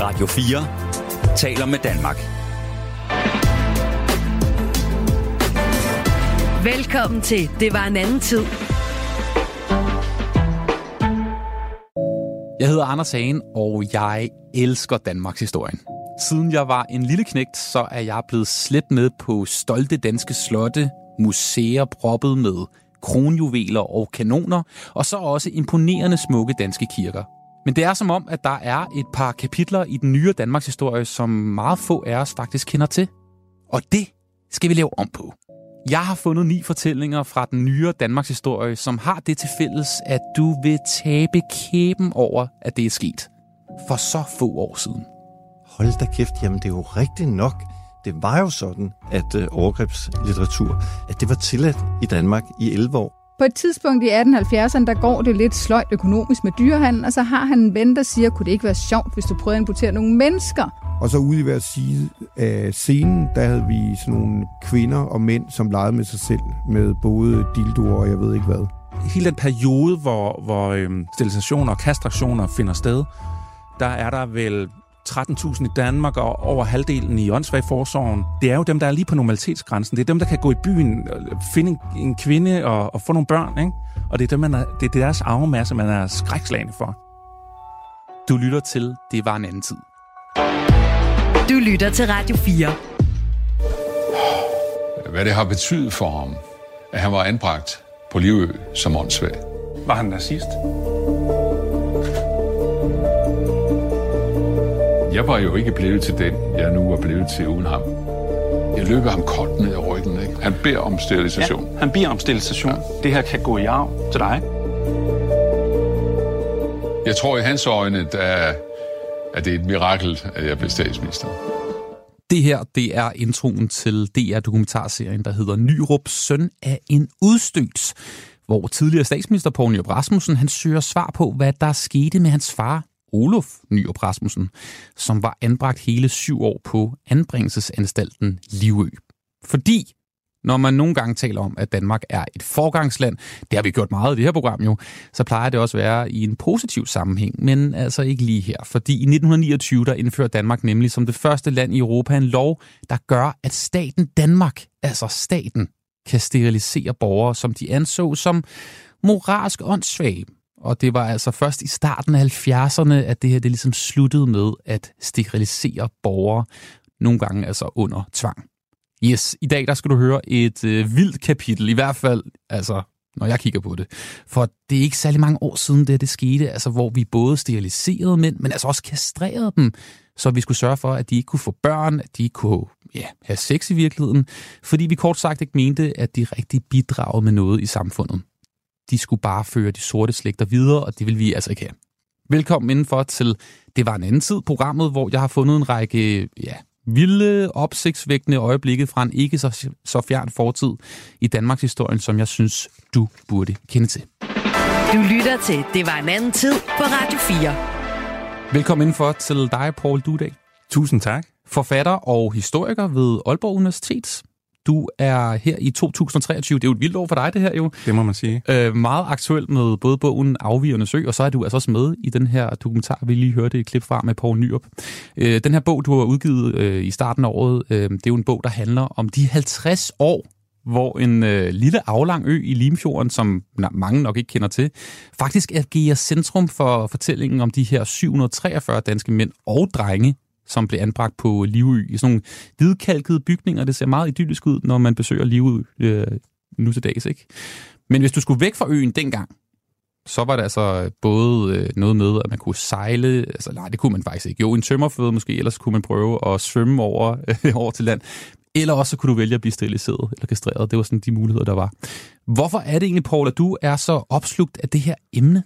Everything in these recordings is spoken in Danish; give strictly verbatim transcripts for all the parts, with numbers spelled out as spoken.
Radio fire taler med Danmark. Velkommen til Det var en anden tid. Jeg hedder Anders Hagen, og jeg elsker Danmarks historien. Siden jeg var en lille knægt, så er jeg blevet slæbt med på stolte danske slotte, museer proppet med kronjuveler og kanoner, og så også imponerende smukke danske kirker. Men det er som om, at der er et par kapitler i den nye Danmarks historie, som meget få af os faktisk kender til. Og det skal vi lave om på. Jeg har fundet ni fortællinger fra den nye Danmarks historie, som har det til fælles, at du vil tabe kæben over, at det er sket for så få år siden. Hold da kæft, jamen det er jo rigtigt nok. Det var jo sådan, at øh, overgrebslitteratur, at det var tilladt i Danmark i elleve år. På et tidspunkt i atten halvfjerdserne, der går det lidt sløjt økonomisk med dyrehandel, og så har han en ven, der siger, kunne det ikke være sjovt, hvis du prøvede at importere nogle mennesker? Og så ude i hver side af scenen, der havde vi sådan nogle kvinder og mænd, som legede med sig selv, med både dildoer og jeg ved ikke hvad. Hele den periode, hvor, hvor øhm, sterilisationer og kastrationer finder sted, der er der vel tretten tusind i Danmark og over halvdelen i åndssvageforsorgen. Det er jo dem, der er lige på normalitetsgrænsen. Det er dem, der kan gå i byen, finde en kvinde og, og få nogle børn, ikke? Og det er, dem, man er, det er deres arvemasse, man er skrækslagne for. Du lytter til Det var en anden tid. Du lytter til Radio fire. Hvad det har betydet for ham, at han var anbragt på Livø som åndssvag. Var han nazist? Jeg var jo ikke blevet til den, jeg nu er blevet til uden ham. Jeg løber ham koldt ned ad ryggen, ikke? Han beder om sterilisation. Ja, han beder om sterilisation. Ja. Det her kan gå i arv til dig. Jeg tror i hans øjne, der at det er et mirakel, at jeg blev statsminister. Det her, det er introen til D R-dokumentarserien, der hedder Nyrup, søn af en udstødt, hvor tidligere statsminister Poul Nyrup Rasmussen, han søger svar på, hvad der skete med hans far, Olof Nyrup Rasmussen, som var anbragt hele syv år på anbringelsesanstalten Livø. Fordi, når man nogle gange taler om, at Danmark er et forgangsland, det har vi gjort meget i det her program jo, så plejer det også at være i en positiv sammenhæng, men altså ikke lige her. Fordi i nitten niogtyve, der indførte Danmark nemlig som det første land i Europa en lov, der gør, at staten Danmark, altså staten, kan sterilisere borgere, som de anså som moralsk åndssvage. Og det var altså først i starten af halvfjerdserne, at det her det ligesom sluttede med at sterilisere borgere, nogle gange altså under tvang. Yes, i dag der skal du høre et øh, vildt kapitel, i hvert fald, altså, når jeg kigger på det. For det er ikke særlig mange år siden, det, det skete, altså, hvor vi både steriliserede mænd, men altså også kastrerede dem, så vi skulle sørge for, at de ikke kunne få børn, at de ikke kunne ja, have sex i virkeligheden, fordi vi kort sagt ikke mente, at de rigtig bidragede med noget i samfundet. De skulle bare føre de sorte slægter videre, og det vil vi altså ikke have. Velkommen indenfor til Det var en anden tid, programmet, hvor jeg har fundet en række ja, vilde, opsigtsvækkende øjeblikke fra en ikke så, så fjern fortid i Danmarks historien, som jeg synes, du burde kende til. Du lytter til Det var en anden tid på Radio fire. Velkommen indenfor til dig, Poul Duedal. Tusind tak. Forfatter og historiker ved Aalborg Universitet. Du er her i to tusind treogtyve. Det er jo et vildt år for dig, det her jo. Det må man sige. Øh, meget aktuelt med både bogen Afvigernes Ø, og så er du altså også med i den her dokumentar, vi lige hørte et klip fra med Poul Nyrup. Øh, den her bog, du har udgivet øh, i starten af året, øh, det er jo en bog, der handler om de halvtreds år, hvor en øh, lille aflang ø i Limfjorden, som na, mange nok ikke kender til, faktisk agerer centrum for fortællingen om de her syv hundrede og treogfyrre danske mænd og drenge, som blev anbragt på Livø i sådan nogle hvidkalkede bygninger. Det ser meget idyllisk ud, når man besøger Livø øh, nu til dags, ikke? Men hvis du skulle væk fra øen dengang, så var det altså både øh, noget med, at man kunne sejle, altså nej, det kunne man faktisk ikke. Jo, en tømmerflåde måske, ellers kunne man prøve at svømme over, øh, over til land. Eller også så kunne du vælge at blive steriliseret eller kastreret. Det var sådan de muligheder, der var. Hvorfor er det egentlig, Poul, at du er så opslugt af det her emne?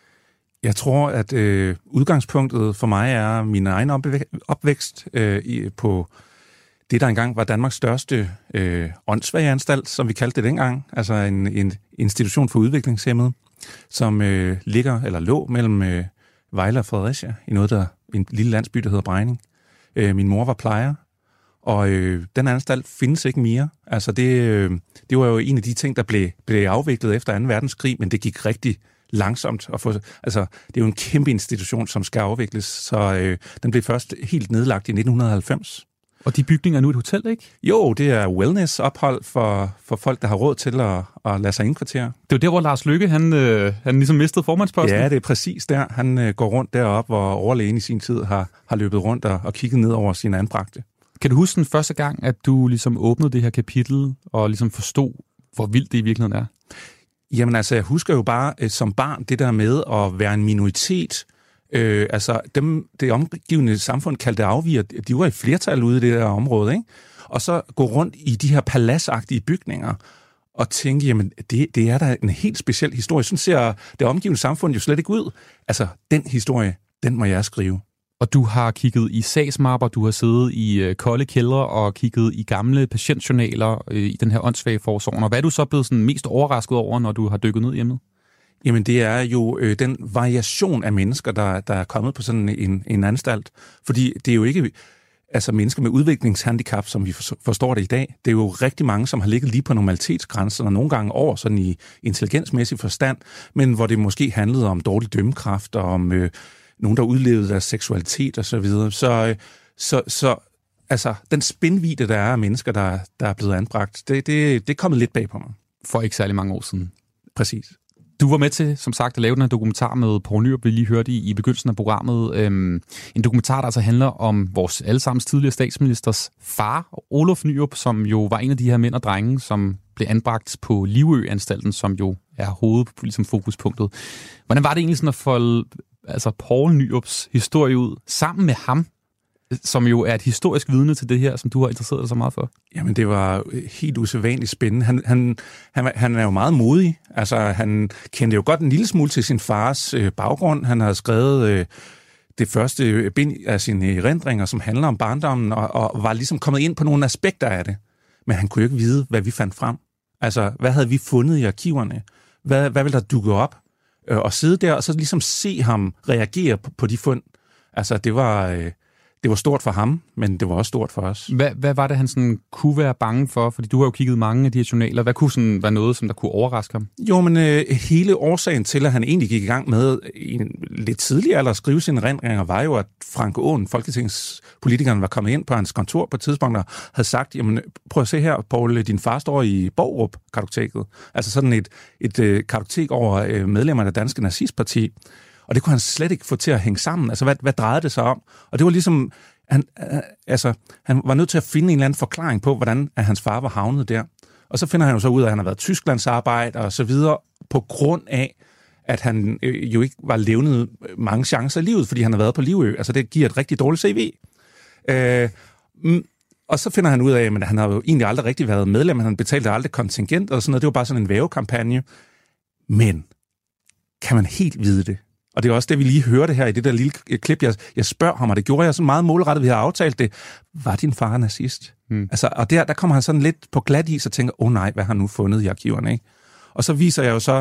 Jeg tror, at øh, udgangspunktet for mig er min egen opvæk- opvækst øh, i, på det, der engang var Danmarks største øh, åndssvageanstalt, som vi kaldte det dengang. Altså en, en institution for udviklingshæmmede, som øh, ligger eller lå mellem øh, Vejle og Fredericia i noget, der en lille landsby, der hedder Brejning. Øh, min mor var plejer, og øh, den anstalt findes ikke mere. Altså det, øh, det var jo en af de ting, der blev, blev afviklet efter anden verdenskrig, men det gik rigtig langsomt at få... Altså, det er jo en kæmpe institution, som skal afvikles, så øh, den blev først helt nedlagt i nitten halvfems. Og de bygninger er nu et hotel, ikke? Jo, det er wellness-ophold for, for folk, der har råd til at, at lade sig indkvartere. Det er jo der, hvor Lars Løkke, han, øh, han ligesom mistede formandsposten. Ja, det er præcis der. Han øh, går rundt deroppe, hvor overlægen i sin tid har, har løbet rundt og, og kigget ned over sine anbragte. Kan du huske den første gang, at du ligesom åbnede det her kapitel og ligesom forstod, hvor vildt det i virkeligheden er? Jamen altså, jeg husker jo bare øh, som barn det der med at være en minoritet. Øh, altså, dem, det omgivende samfund kaldte afviger, de var i flertal ude i det der område, ikke? Og så gå rundt i de her paladsagtige bygninger og tænke, jamen, det, det er da en helt speciel historie. Sådan ser det omgivende samfund jo slet ikke ud. Altså, den historie, den må jeg skrive. Og du har kigget i sagsmapper, du har siddet i øh, kolde kældre og kigget i gamle patientjournaler øh, i den her åndssvage forsorgen. Og hvad er du så blevet sådan mest overrasket over, når du har dykket ned hjemme? Jamen, det er jo øh, den variation af mennesker, der, der er kommet på sådan en, en anstalt. Fordi det er jo ikke altså mennesker med udviklingshandicap, som vi forstår det i dag. Det er jo rigtig mange, som har ligget lige på normalitetsgrænsen, og nogle gange over sådan i intelligensmæssig forstand, men hvor det måske handlede om dårlig dømmekraft, og om øh, nogen, der udlevede deres seksualitet osv. Så, videre. så, øh, så, så altså, den spændvidde, der er af mennesker, der, der er blevet anbragt, det, det, det er kommet lidt bag på mig. For ikke særlig mange år siden. Præcis. Du var med til, som sagt, at lave den her dokumentar med Poul Nyrup, vi lige hørte i, i begyndelsen af programmet. Øhm, en dokumentar, der altså handler om vores allesammens tidligere statsministers far, Olof Nyrup, som jo var en af de her mænd og drenge, som blev anbragt på Livø-anstalten, som jo er hovedet, ligesom fokuspunktet. Hvordan var det egentlig sådan at folde altså Poul Nyrups historie ud sammen med ham, som jo er et historisk vidne til det her, som du har interesseret dig så meget for? Jamen, det var helt usædvanligt spændende. Han, han, han, han er jo meget modig. Altså, han kendte jo godt en lille smule til sin fars øh, baggrund. Han havde skrevet øh, det første bind af sine erindringer, som handler om barndommen, og, og var ligesom kommet ind på nogle aspekter af det. Men han kunne jo ikke vide, hvad vi fandt frem. Altså, hvad havde vi fundet i arkiverne? Hvad, hvad ville der dukke op? Øh, og sidde der, og så ligesom se ham reagere på, på de fund. Altså, det var... Øh, Det var stort for ham, men det var også stort for os. Hvad, hvad var det, han sådan kunne være bange for? Fordi du har jo kigget mange af de her journaler. Hvad kunne sådan være noget, som der kunne overraske ham? Jo, men øh, hele årsagen til, at han egentlig gik i gang med en lidt tidligere alder at skrive sine erindringer, var jo, at Frank Aaen, folketingspolitikeren, var kommet ind på hans kontor på et tidspunkt og havde sagt, jamen prøv at se her, Poul, din far står i Borup-kartoteket. Altså sådan et, et øh, kartotek over øh, medlemmer af det danske nazistparti. Og det kunne han slet ikke få til at hænge sammen. Altså, hvad, hvad drejede det sig om? Og det var ligesom, han, altså, han var nødt til at finde en eller anden forklaring på, hvordan at hans far var havnet der. Og så finder han jo så ud af, at han har været Tysklandsarbejder og så videre, på grund af, at han øh, jo ikke var levnet mange chancer i livet, fordi han har været på Livø. Altså, det giver et rigtig dårligt C V. Øh, og så finder han ud af, at han har jo egentlig aldrig rigtig været medlem, han betalte aldrig kontingent og sådan noget. Det var bare sådan en vævekampagne. Men kan man helt vide det? Og det er også det, vi lige hørte her i det der lille klip. Jeg, jeg spørger ham, og det gjorde jeg sådan meget målrettet, vi har aftalt det. Var din far nazist? Hmm. Altså, og der, der kommer han sådan lidt på glat is og tænker, åh oh, nej, hvad har han nu fundet i arkiverne? Ikke? Og så viser jeg jo så,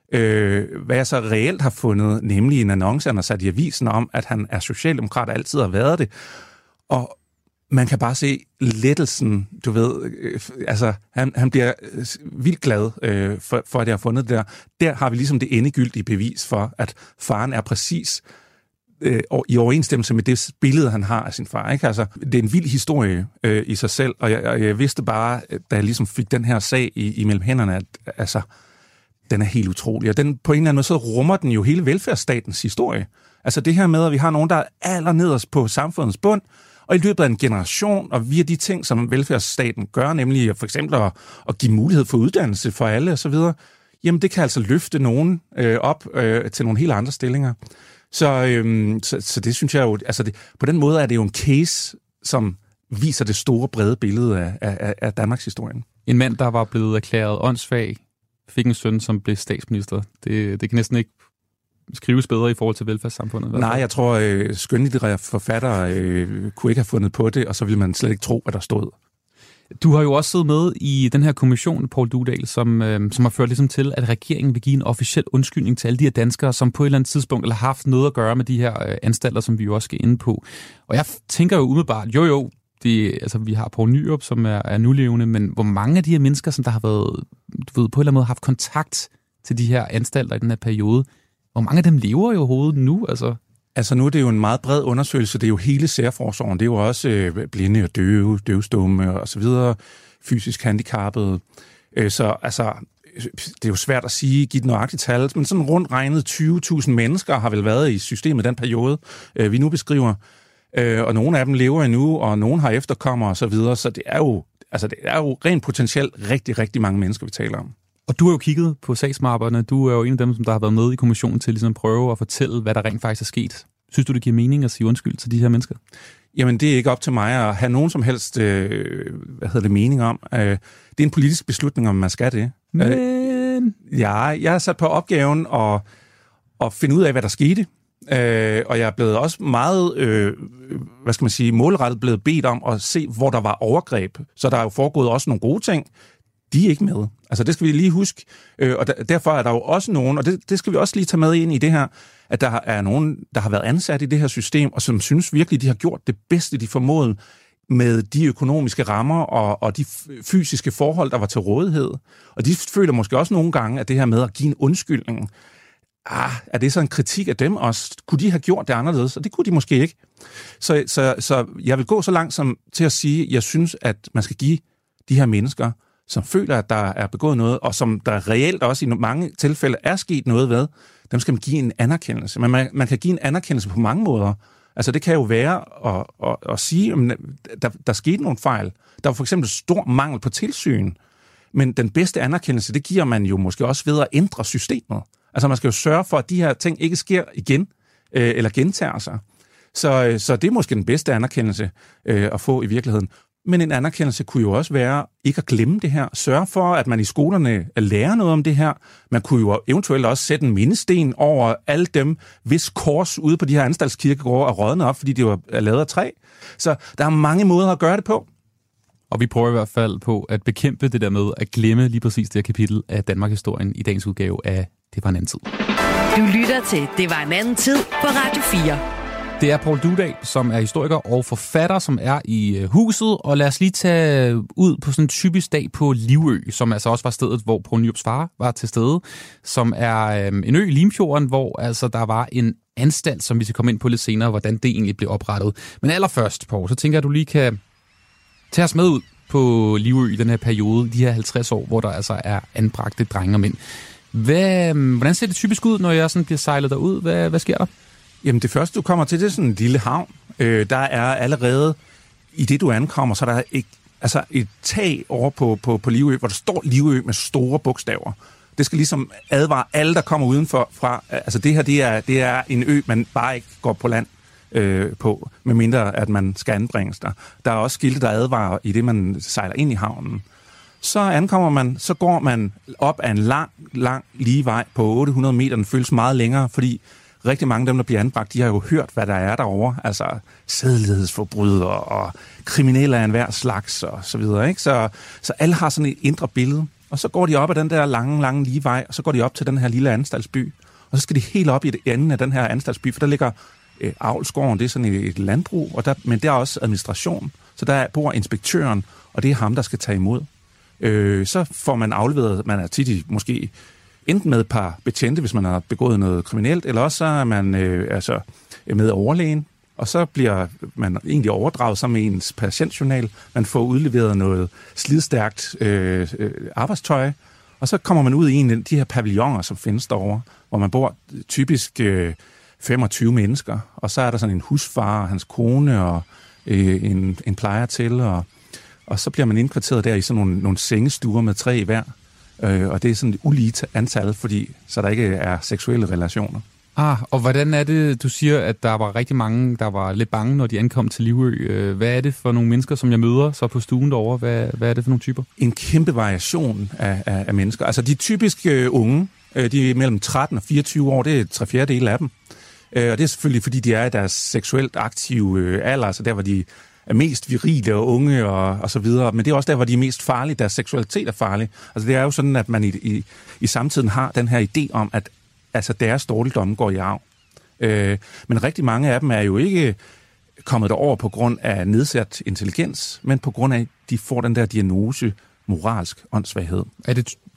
øh, hvad jeg så reelt har fundet, nemlig en annonce, han har sat i avisen om, at han er socialdemokrat og altid har været det. Og man kan bare se lettelsen, du ved, øh, altså han, han bliver øh, vildt glad øh, for, for, at jeg har fundet det der. Der har vi ligesom det endegyldige bevis for, at faren er præcis øh, i overensstemmelse med det billede, han har af sin far. Ikke? Altså, det er en vild historie øh, i sig selv, og jeg, og jeg vidste bare, da jeg ligesom fik den her sag i, imellem hænderne, at altså, den er helt utrolig. Og den, på en eller anden måde, så rummer den jo hele velfærdsstatens historie. Altså det her med, at vi har nogen, der er allernederst på samfundets bund, og i løbet af en generation, og via de ting, som velfærdsstaten gør, nemlig for eksempel at, at give mulighed for uddannelse for alle osv., jamen det kan altså løfte nogen øh, op øh, til nogle helt andre stillinger. Så, øh, så, så det synes jeg jo, altså det, på den måde er det jo en case, som viser det store, brede billede af, af, af Danmarks historien. En mand, der var blevet erklæret åndssvag, fik en søn, som blev statsminister. Det, det kan næsten ikke skrives bedre i forhold til velfærdssamfundet. Nej, jeg tror, øh, skønlitterære forfattere øh, kunne ikke have fundet på det, og så ville man slet ikke tro, hvad der stod. Du har jo også siddet med i den her kommission, Poul Dudal, som, øh, som har ført ligesom til, at regeringen vil give en officiel undskyldning til alle de her danskere, som på et eller andet tidspunkt har haft noget at gøre med de her øh, anstalter, som vi jo også skal inde på. Og jeg tænker jo umiddelbart, jo jo, det, altså, vi har Poul Nyrup, som er, er nulevende, men hvor mange af de her mennesker, som der har været, du ved, på en eller anden måde haft kontakt til de her anstalter i den her periode, Hvor mange af dem lever i overhovedet nu? Altså? Altså nu er det jo en meget bred undersøgelse. Det er jo hele særforsorgen. Det er jo også øh, blinde og døve, døvstumme og så videre, fysisk handicappede. Øh, så altså, det er jo svært at sige, give et nøjagtigt tal, men sådan rundt regnet tyve tusind mennesker har vel været i systemet den periode, øh, vi nu beskriver. Øh, og nogle af dem lever endnu, og nogle har efterkommere og så videre. Så det er jo, altså, det er jo rent potentielt rigtig, rigtig mange mennesker, vi taler om. Og du har jo kigget på sagsmapperne. Du er jo en af dem, som der har været med i kommissionen til ligesom at prøve at fortælle, hvad der rent faktisk er sket. Synes du, det giver mening at sige undskyld til de her mennesker? Jamen, det er ikke op til mig at have nogen som helst øh, hvad hedder det, mening om. Øh, det er en politisk beslutning, om man skal det. Men... Øh, ja, jeg har sat på opgaven at, at finde ud af, hvad der skete. Øh, og jeg er blevet også meget, øh, hvad skal man sige, målrettet blevet bedt om at se, hvor der var overgreb. Så der er jo foregået også nogle gode ting. De er ikke med. Altså, det skal vi lige huske. Øh, og der, derfor er der jo også nogen, og det, det skal vi også lige tage med ind i det her, at der er nogen, der har været ansat i det her system, og som synes virkelig, de har gjort det bedste, de formåede med de økonomiske rammer og, og de fysiske forhold, der var til rådighed. Og de føler måske også nogle gange, at det her med at give en undskyldning, ah, er det så en kritik af dem også? Kunne de have gjort det anderledes? Og det kunne de måske ikke. Så, så, så jeg vil gå så langt som til at sige, at jeg synes, at man skal give de her mennesker, som føler, at der er begået noget, og som der reelt også i mange tilfælde er sket noget ved, dem skal man give en anerkendelse. Men man, man kan give en anerkendelse på mange måder. Altså det kan jo være at, at, at sige, at der, der skete nogle fejl. Der var for eksempel stor mangel på tilsyn. Men den bedste anerkendelse, det giver man jo måske også ved at ændre systemet. Altså man skal jo sørge for, at de her ting ikke sker igen, øh, eller gentager sig. Så, så det er måske den bedste anerkendelse øh, at få i virkeligheden. Men en anerkendelse kunne jo også være ikke at glemme det her. Sørge for, at man i skolerne lærer noget om det her. Man kunne jo eventuelt også sætte en mindesten over alle dem, hvis kors ude på de her anstaltskirkegårde er rådnet op, fordi de var lavet af træ. Så der er mange måder at gøre det på. Og vi prøver i hvert fald på at bekæmpe det der med at glemme lige præcis det her kapitel af Danmarkshistorien i dagens udgave af Det var en anden tid. Du lytter til Det var en anden tid på Radio fire. Det er Poul Dudal, som er historiker og forfatter, som er i huset. Og lad os lige tage ud på sådan en typisk dag på Livø, som altså også var stedet, hvor Poul Nyrups far var til stede. Som er øhm, en ø i Limfjorden, hvor altså der var en anstalt, som vi skal komme ind på lidt senere, hvordan det egentlig blev oprettet. Men allerførst, Poul, så tænker jeg, at du lige kan tage os med ud på Livø i den her periode, de her halvtreds år, hvor der altså er anbragte drenge og mænd. Hvad, hvordan ser det typisk ud, når jeg sådan bliver sejlet derud? Hvad, hvad sker der? Jamen det første, du kommer til, det er sådan en lille havn. Øh, der er allerede, i det du ankommer, så er der et, altså et tag over på, på, på Livø, hvor der står Livø med store bogstaver. Det skal ligesom advare alle, der kommer udenfor fra. Altså det her, det er, det er en ø, man bare ikke går på land øh, på, medmindre at man skal anbringes der. Der er også skilte, der advarer i det, man sejler ind i havnen. Så ankommer man, så går man op ad en lang, lang lige vej på otte hundrede meter. Den føles meget længere, fordi rigtig mange af dem, der bliver anbragt, de har jo hørt, hvad der er derovre. Altså sædelighedsforbrydere og kriminelle af enhver slags og så videre. Ikke? Så, så alle har sådan et indre billede. Og så går de op ad den der lange, lange lige vej, og så går de op til den her lille anstaltsby. Og så skal de helt op i det enden af den her anstaltsby, for der ligger øh, Avlsgården, det er sådan et, et landbrug, og der, men der er også administration. Så der bor inspektøren, og det er ham, der skal tage imod. Øh, så får man afleveret, man er tit måske enten med et par betjente, hvis man har begået noget kriminelt, eller også så er man øh, altså, med overlægen, og så bliver man egentlig overdraget sammen med ens patientjournal. Man får udleveret noget slidstærkt øh, øh, arbejdstøj, og så kommer man ud i en af de her pavilloner, som findes derovre, hvor man bor typisk øh, femogtyve mennesker, og så er der sådan en husfar og hans kone og øh, en, en plejer til, og, og så bliver man indkvarteret der i sådan nogle, nogle sengestuer med tre i hver. Øh, og det er sådan et ulige antal, fordi så der ikke er seksuelle relationer. Ah, og hvordan er det, du siger, at der var rigtig mange, der var lidt bange, når de ankom til Livø. Hvad er det for nogle mennesker, som jeg møder så på stuen derovre? Hvad, hvad er det for nogle typer? En kæmpe variation af, af, af mennesker. Altså de typiske uh, unge, uh, de er mellem tretten og fireogtyve år, det er tre fjerdedele af dem. Uh, og det er selvfølgelig, fordi de er i deres seksuelt aktive uh, alder, altså der, hvor de er mest virile og unge og, og så videre. Men det er også der, hvor de er mest farlige. Deres seksualitet er farlig. Altså det er jo sådan, at man i, i, i samtiden har den her idé om, at altså, deres dårligdomme går i arv. Øh, men rigtig mange af dem er jo ikke kommet derover på grund af nedsat intelligens, men på grund af, at de får den der diagnose moralsk åndssvaghed. Er det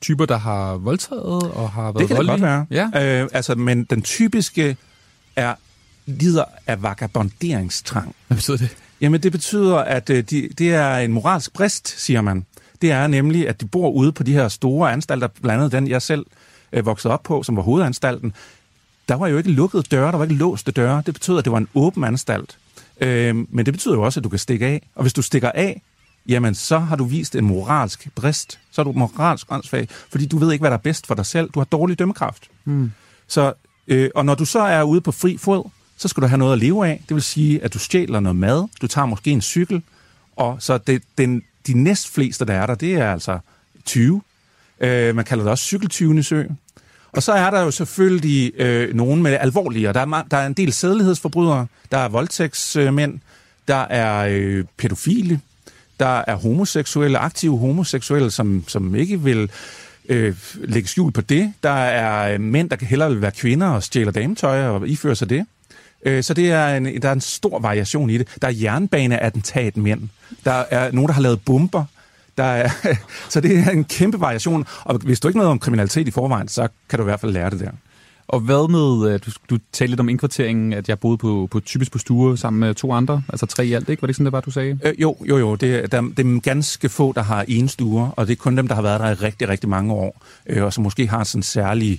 typer, der har voldtaget og har været Det kan voldelige? det godt være. Ja. Øh, altså, men den typiske er lider af vagabonderingstrang. Hvad betyder det? Jamen, det betyder, at øh, de, det er en moralsk brist, siger man. Det er nemlig, at de bor ude på de her store anstalter, blandt andet den, jeg selv øh, voksede op på, som var hovedanstalten. Der var jo ikke lukkede døre, der var ikke låste døre. Det betyder, at det var en åben anstalt. Øh, men det betyder jo også, at du kan stikke af. Og hvis du stikker af, jamen så har du vist en moralsk brist. Så er du moralsk åndssvag, fordi du ved ikke, hvad der er bedst for dig selv. Du har dårlig dømmekraft. Mm. Så, øh, og når du så er ude på fri fod, så skal du have noget at leve af. Det vil sige, at du stjæler noget mad, du tager måske en cykel, og så det, den, de næstfleste, der er der, det er altså tyve. Øh, man kalder det også cykeltyvenes. Og så er der jo selvfølgelig øh, nogen med alvorlige. Der er, der er en del sædelighedsforbrydere, der er voldtægtsmænd, der er øh, pædofile, der er homoseksuelle, aktive homoseksuelle, som, som ikke vil øh, lægge skjul på det. Der er mænd, der hellere vil være kvinder og stjæler dametøj og ifører sig det. Øh, så det er en, der er en stor variation i det. Der er jernbaneattentatmænd. Der er nogen, der har lavet bomber. Der er, så det er en kæmpe variation. Og hvis du ikke noget om kriminalitet i forvejen, så kan du i hvert fald lære det der. Og hvad med, du, du talte lidt om indkvarteringen, at jeg boede på, på typisk på Sture sammen med to andre, altså tre i alt, ikke? Var det ikke sådan, det var, du sagde? Øh, jo, jo, jo. Det, der, det er ganske få, der har en stuer, og det er kun dem, der har været der i rigtig, rigtig mange år, øh, og som måske har sådan en særlig,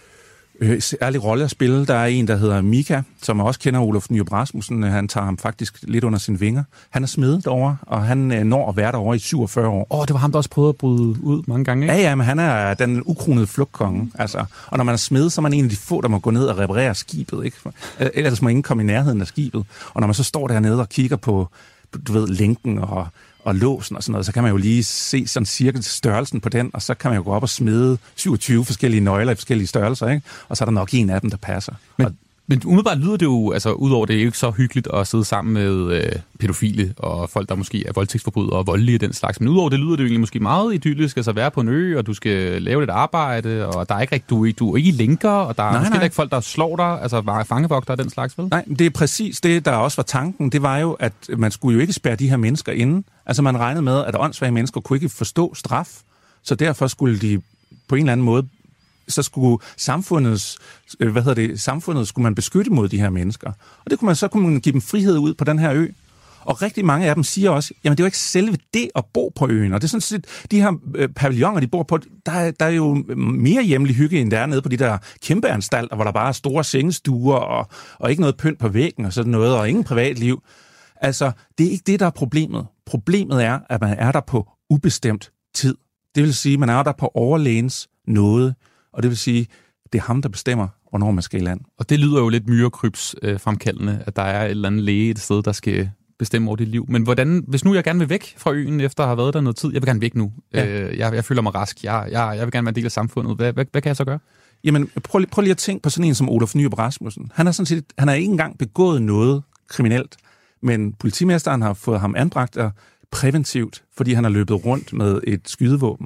øh, særlig rolle at spille. Der er en, der hedder Mika, som også kender Oluf Nyrup Rasmussen. Han tager ham faktisk lidt under sine vinger. Han er smedet derovre, og han øh, når at være derovre i syvogfyrre år. Åh, oh, det var ham, der også prøvede at bryde ud mange gange, ikke? Ja, ja, men han er den ukronede flugtkonge. Altså, og når man er smed, så er man en af de få, der må gå ned og reparere skibet, ikke? Ellers må ingen komme i nærheden af skibet. Og når man så står dernede og kigger på, du ved, lænken og, og låsen og sådan noget, så kan man jo lige se sådan cirka størrelsen på den, og så kan man jo gå op og smide syvogtyve forskellige nøgler i forskellige størrelser, ikke? Og så er der nok en af dem, der passer. Men, og, men umiddelbart lyder det jo, altså udover det er jo ikke så hyggeligt at sidde sammen med øh, pædofile og folk, der måske er voldtægtsforbrydere og voldelige den slags. Men udover det lyder det jo egentlig måske meget idyllisk, altså være på en ø, og du skal lave lidt arbejde, og der er ikke rigtig, du, du er ikke i lænker, og der er nej, måske nej. ikke folk, der slår dig, altså fangevogtere og den slags, vel? Nej, det er præcis det, der også var tanken. Det var jo, at man skulle jo ikke spærre de her mennesker inde. Altså man regnede med, at åndssvage mennesker kunne ikke forstå straf, så derfor skulle de på en eller anden måde så skulle samfundets, hvad hedder det, samfundet skulle man beskytte mod de her mennesker. Og det kunne man, så kunne man give dem frihed ud på den her ø. Og rigtig mange af dem siger også, jamen det er jo ikke selve det at bo på øen. Og det er sådan set, de her øh, pavilloner, de bor på, der er, der er jo mere hjemlig hygge, end der er nede på de der kæmpe anstalter, hvor der bare er store sengestuer, og, og ikke noget pynt på væggen og sådan noget, og ingen privatliv. Altså, det er ikke det, der er problemet. Problemet er, at man er der på ubestemt tid. Det vil sige, at man er der på overlægens nåde. Og det vil sige, det er ham, der bestemmer, hvornår man skal i land. Og det lyder jo lidt myrekryps øh, fremkaldende, at der er et eller andet læge et sted, der skal bestemme over dit liv. Men hvordan, hvis nu jeg gerne vil væk fra øen, efter at have været der noget tid, jeg vil gerne væk nu. Ja. Øh, jeg, jeg føler mig rask. Jeg, jeg, jeg vil gerne være en del af samfundet. Hvad, hvad, hvad kan jeg så gøre? Jamen, prøv, prøv lige at tænke på sådan en som Oluf Nyrup Rasmussen. Han har sådan set, han har ikke engang begået noget kriminelt, men politimesteren har fået ham anbragt præventivt, fordi han har løbet rundt med et skydevåben.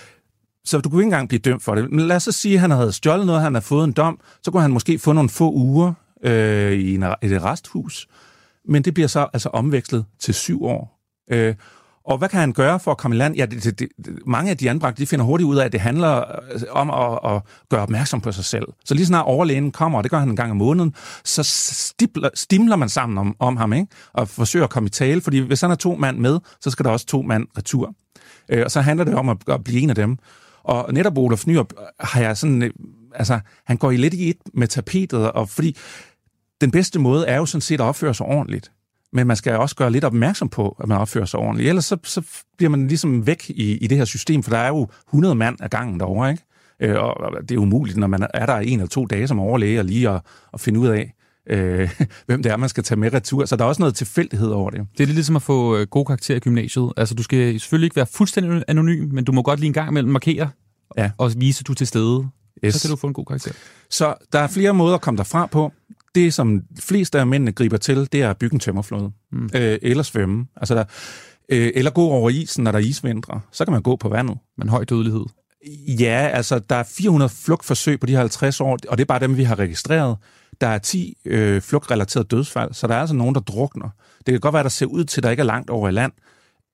Så du kunne ikke engang blive dømt for det. Men lad os så sige, at han havde stjålet noget, han har fået en dom, så kunne han måske få nogle få uger øh, i en, et arresthus. Men det bliver så altså omvekslet til syv år. Øh, og hvad kan han gøre for at komme i land? Ja, det, det, det, mange af de anbragte, de finder hurtigt ud af, at det handler om at, at gøre opmærksom på sig selv. Så lige snart overlægen kommer, og det gør han en gang om måneden, så stibler, stimler man sammen om, om ham, ikke? Og forsøger at komme i tale, fordi hvis han er to mand med, så skal der også to mand retur. Øh, og så handler det om at, at blive en af dem. Og netop Oluf Nyrup har jeg sådan, altså, han går i lidt i et med tapetet, og fordi den bedste måde er jo sådan set at opføre sig ordentligt. Men man skal også gøre lidt opmærksom på, at man opfører sig ordentligt. Ellers så, så bliver man ligesom væk i, i det her system, for der er jo hundrede mand ad gangen derovre, ikke? Øh, og det er umuligt, når man er der en eller to dage som overlæge, og lige at, at finde ud af, øh, hvem det er, man skal tage med retur. Så der er også noget tilfældighed over det. Det er lidt ligesom at få gode karakterer i gymnasiet. Altså, du skal selvfølgelig ikke være fuldstændig anonym, men du må godt lige en gang imellem markere ja. og vise, at du er til stede. Yes. Så kan du få en god karakter. Så der er flere måder at komme derfra på. Det, som fleste af mændene griber til, det er at bygge en tømmerflåde. Mm. Øh, eller svømme. Altså der, øh, eller gå over isen, når der er isvintre. Så kan man gå på vandet. Men høj dødelighed. Ja, altså der er fire hundrede flugtforsøg på de her halvtreds år, og det er bare dem, vi har registreret. Der er ti øh, flugtrelaterede dødsfald, så der er altså nogen, der drukner. Det kan godt være, der ser ud til, at der ikke er langt over i land,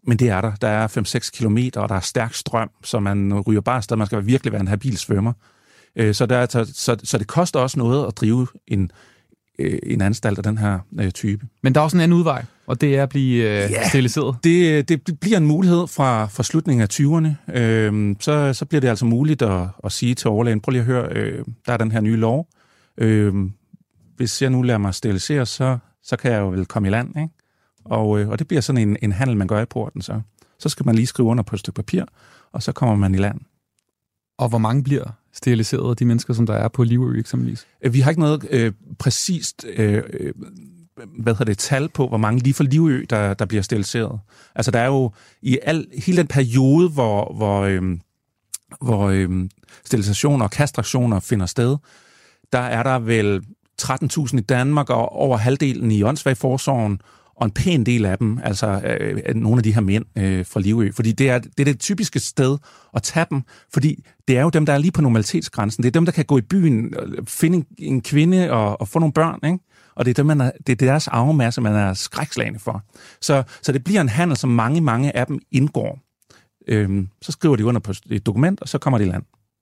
Men det er der. Der er fem seks kilometer, og der er stærk strøm, så man ryger bare afsted. Man skal virkelig være en habil svømmer. Øh, så, der, så, så, så det koster også noget at drive en, øh, en anstalt af den her øh, type. Men der er også en anden udvej, og det er at blive øh, ja, steriliseret. Det, det bliver en mulighed fra, fra slutningen af tyverne. Øh, så, så bliver det altså muligt at, at sige til overlægen, prøv lige at høre, øh, der er den her nye lov. Øh, hvis jeg nu lader mig sterilisere, så, så kan jeg jo vel komme i land, ikke? Og, øh, og det bliver sådan en, en handel, man gør i porten. Så. så skal man lige skrive under på et stykke papir, og så kommer man i land. Og hvor mange bliver steriliseret af de mennesker, som der er på Livø eksempelvis? Vi har ikke noget øh, præcist øh, hvad hedder det, tal på, hvor mange lige for Livø, der, der bliver steriliseret. Altså der er jo i al, hele den periode, hvor, hvor, øh, hvor øh, sterilisationer og kastrationer finder sted, der er der vel tretten tusind i Danmark, og over halvdelen i åndssvageforsorgen, og en pæn del af dem, altså øh, nogle af de her mænd øh, fra Livø. Fordi det er, det er det typiske sted at tage dem, fordi det er jo dem, der er lige på normalitetsgrænsen. Det er dem, der kan gå i byen, finde en, en kvinde og, og få nogle børn, ikke? Og det er, dem, man er, det er deres arvemasse, man er skrækslagne for. Så, så det bliver en handel, som mange, mange af dem indgår. Øhm, så skriver de under på et dokument, og så kommer de i land.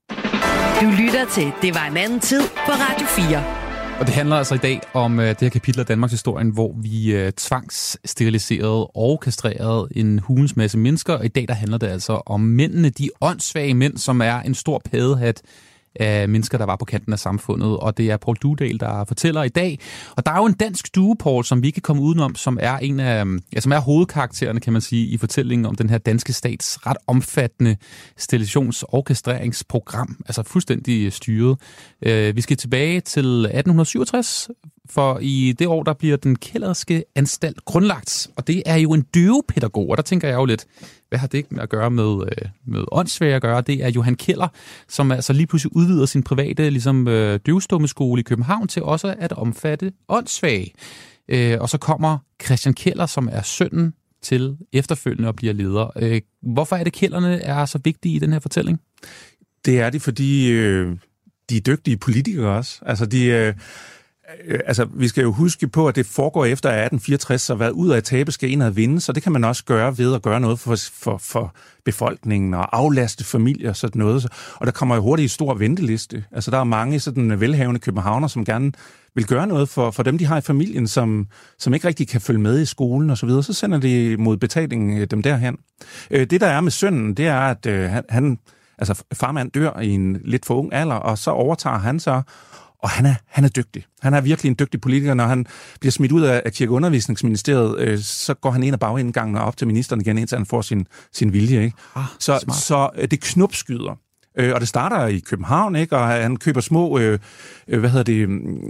Du lytter til Det var en anden tid på Radio fire. Og det handler altså i dag om uh, det her kapitel af Danmarks historien, hvor vi uh, tvangssteriliseret og kastrerede en hulens masse mennesker. Og i dag der handler det altså om mændene, de åndssvage mænd, som er en stor paddehat af mennesker, der var på kanten af samfundet. Og det er Poul Duedal, der fortæller i dag. Og der er jo en dansk duo, Poul, som vi ikke kan komme udenom, som er en af, ja, som er hovedkaraktererne, kan man sige, i fortællingen om den her danske stats ret omfattende sterilisations- og kastreringsprogram. Altså fuldstændig styret. Vi skal tilbage til atten syvogtres, for i det år, der bliver den Kellerske Anstalt grundlagt. Og det er jo en døvepædagog, og der tænker jeg jo lidt, hvad har det at gøre med, med åndssvage at gøre? Det er Johan Keller, som altså lige pludselig udvider sin private ligesom, døvstummeskole i København til også at omfatte åndssvage. Og så kommer Christian Keller, som er sønnen til efterfølgende og bliver leder. Hvorfor er det, Kellerne er så vigtige i den her fortælling? Det er det, fordi øh, de er dygtige politikere også. Altså, de... Øh Altså, vi skal jo huske på, at det foregår efter atten fireogtres, så hvad ud af at tabe skal indad vinde, så det kan man også gøre ved at gøre noget for, for, for befolkningen og aflaste familier og sådan noget. Og der kommer jo hurtigt en stor venteliste. Altså, der er mange sådan velhavende københavner, som gerne vil gøre noget for, for dem, de har i familien, som, som ikke rigtig kan følge med i skolen og så videre. Så sender de mod betaling dem derhen. Det, der er med sønnen, det er, at han, altså farmand dør i en lidt for ung alder, og så overtager han så. Og han er, han er dygtig. Han er virkelig en dygtig politiker. Når han bliver smidt ud af Kirkeundervisningsministeriet, øh, så går han ind ad bagindgangen og op til ministeren igen, indtil han får sin, sin vilje. Ikke? Ah, så, så øh, det knopskyder. Øh, og det starter i København, ikke? Og han køber små øh, hvad hedder det,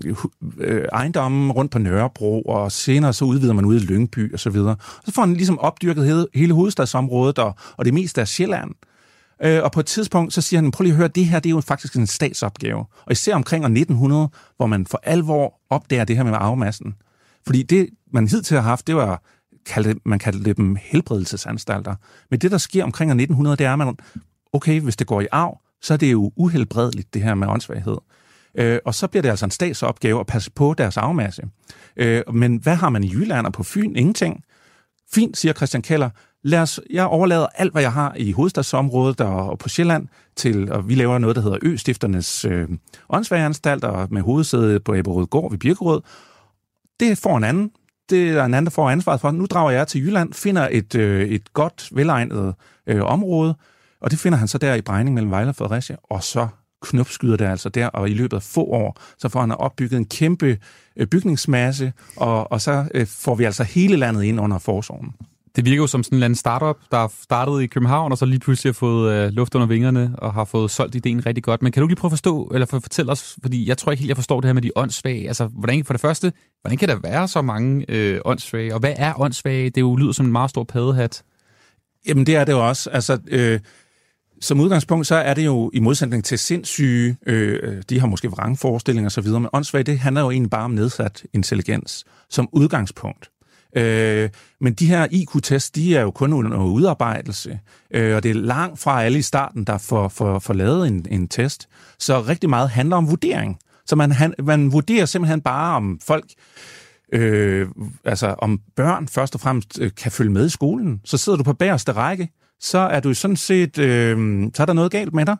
øh, ejendomme rundt på Nørrebro, og senere så udvider man ud i Lyngby og så videre. Og så får han ligesom opdyrket hele, hele hovedstadsområdet og, og det meste af Sjælland. Og på et tidspunkt, så siger han, prøv lige at høre, det her, det er jo faktisk en statsopgave. Og især omkring år nitten hundrede, hvor man for alvor opdager det her med arvemassen. Fordi det, man hidtil har haft, det var, man kaldte dem helbredelsesanstalter. Men det, der sker omkring år nitten hundrede, det er, at man, okay, hvis det går i arv, så er det jo uhelbredeligt, det her med åndssvaghed. Og så bliver det altså en statsopgave at passe på deres arvemasse. Men hvad har man i Jylland og på Fyn? Ingenting. Fint, siger Christian Keller. Lad os, jeg overlader alt, hvad jeg har i hovedstadsområdet og på Sjælland til, og vi laver noget, der hedder Ø-stifternes øh, åndssvageanstalter med hovedsæde på Ebberødgård ved Birkerød. Det får en anden. Det er en anden, der får ansvaret for. Nu drager jeg til Jylland, finder et, øh, et godt, velegnet øh, område, og det finder han så der i Brejning mellem Vejle og Fredericia, og så knopskyder det altså der, og i løbet af få år, så får han opbygget en kæmpe øh, bygningsmasse, og, og så øh, får vi altså hele landet ind under forsorgen. Det virker jo som sådan en eller anden startup, der startede i København, og så lige pludselig har fået øh, luft under vingerne, og har fået solgt ideen rigtig godt. Men kan du lige prøve at forstå, eller for, fortælle os, fordi jeg tror ikke helt, jeg forstår det her med de åndssvage. Altså, hvordan, for det første, hvordan kan der være så mange øh, åndssvage? Og hvad er åndssvage? Det jo lyder som en meget stor paddehat. Jamen, det er det jo også. Altså, øh, som udgangspunkt, så er det jo i modsætning til sindssyge, øh, de har måske vrangforestillinger og så videre, men åndssvage, det handler jo egentlig bare om nedsat intelligens som udgangspunkt. Øh, men de her I Q-tests, de er jo kun under udarbejdelse, øh, og det er langt fra alle i starten, der får, får, får lavet en, en test. Så rigtig meget handler om vurdering. Så man, han, man vurderer simpelthen bare, om folk øh, altså om børn først og fremmest øh, kan følge med i skolen. Så sidder du på bagerste række, så er du sådan set, øh, så er der noget galt med dig.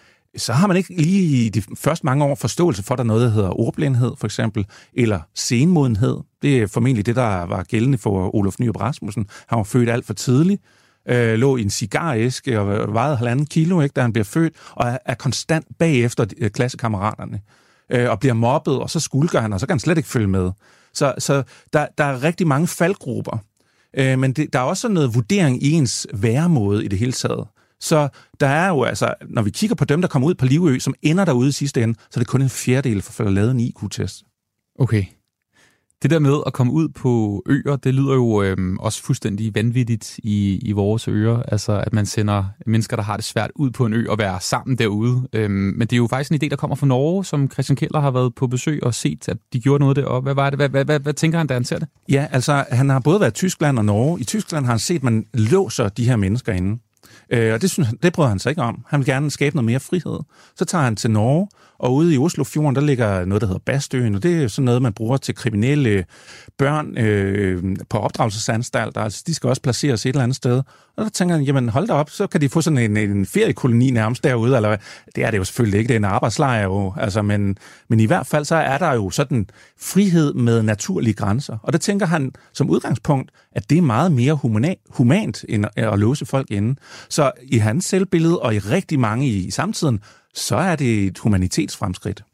Så har man ikke lige i de første mange år forståelse for, at der er noget, der hedder ordblindhed, for eksempel, eller senmodenhed. Det er formentlig det, der var gældende for Oluf Nyrup Rasmussen. Han var født alt for tidligt, øh, lå i en cigaræske og vejede halvanden kilo, ikke, da han bliver født, og er, er konstant bagefter øh, klassekammeraterne, øh, og bliver mobbet, og så skulker han, og så kan han slet ikke følge med. Så, så der, der er rigtig mange faldgrupper, øh, men det, der er også noget vurdering i ens væremåde i det hele taget. Så der er jo altså, når vi kigger på dem, der kommer ud på Livø, som ender derude i sidste ende, så er det kun en fjerdedel for at lave en I Q-test. Okay. Det der med at komme ud på øer, det lyder jo øhm, også fuldstændig vanvittigt i, i vores øer. Altså, at man sender mennesker, der har det svært, ud på en ø og være sammen derude. Øhm, men det er jo faktisk en idé, der kommer fra Norge, som Christian Keller har været på besøg og set, at de gjorde noget deroppe. Hvad var det? Hvad, hvad, hvad, hvad tænker han, da han ser det? Ja, altså, han har både været i Tyskland og Norge. I Tyskland har han set, at man låser de her mennesker inde. Øh, og det, synes han, det bryder han sig ikke om. Han vil gerne skabe noget mere frihed. Så tager han til Norge, og ude i Oslofjorden, der ligger noget, der hedder Bastøen, og det er sådan noget, man bruger til kriminelle børn øh, på opdragelsesanstalter. Altså, de skal også placeres et eller andet sted. Og der tænker han, jamen hold da op, så kan de få sådan en, en feriekoloni nærmest derude, eller hvad? Det er det jo selvfølgelig ikke, det er en arbejdslejr jo. Altså, men, men i hvert fald, så er der jo sådan frihed med naturlige grænser. Og der tænker han som udgangspunkt, at det er meget mere humana, humant, end at låse folk inde. Så i hans selvbillede, og i rigtig mange i, i samtiden, så er det et humanitetsfremskridt.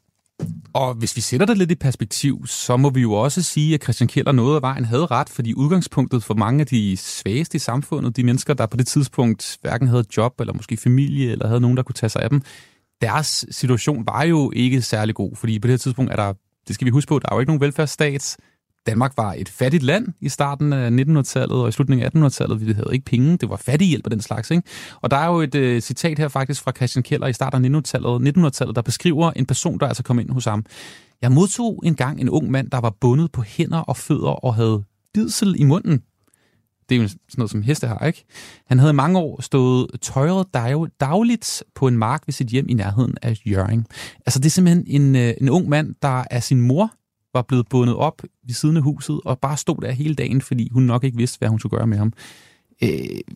Og hvis vi sætter det lidt i perspektiv, så må vi jo også sige, at Christian Keller noget af vejen havde ret, fordi udgangspunktet for mange af de svageste i samfundet, de mennesker, der på det tidspunkt hverken havde job, eller måske familie, eller havde nogen, der kunne tage sig af dem, deres situation var jo ikke særlig god, fordi på det her tidspunkt er der, det skal vi huske på, der er jo ikke nogen velfærdsstat. Danmark var et fattigt land i starten af nittenhundredetallet og i slutningen af attenhundredetallet. Vi havde ikke penge, det var fattighjælp og den slags, ikke? Og der er jo et uh, citat her faktisk fra Christian Keller i starten af nittenhundredetallet, nittenhundredetallet, der beskriver en person, der altså kom ind hos ham. Jeg modtog engang en ung mand, der var bundet på hænder og fødder og havde bidsel i munden. Det er jo sådan noget, som heste har, ikke? Han havde mange år stået tøjret dagligt på en mark ved sit hjem i nærheden af Hjørring. Altså det er simpelthen en, en ung mand, der af sin mor var blevet bundet op ved siden af huset, og bare stod der hele dagen, fordi hun nok ikke vidste, hvad hun skulle gøre med ham. Øh,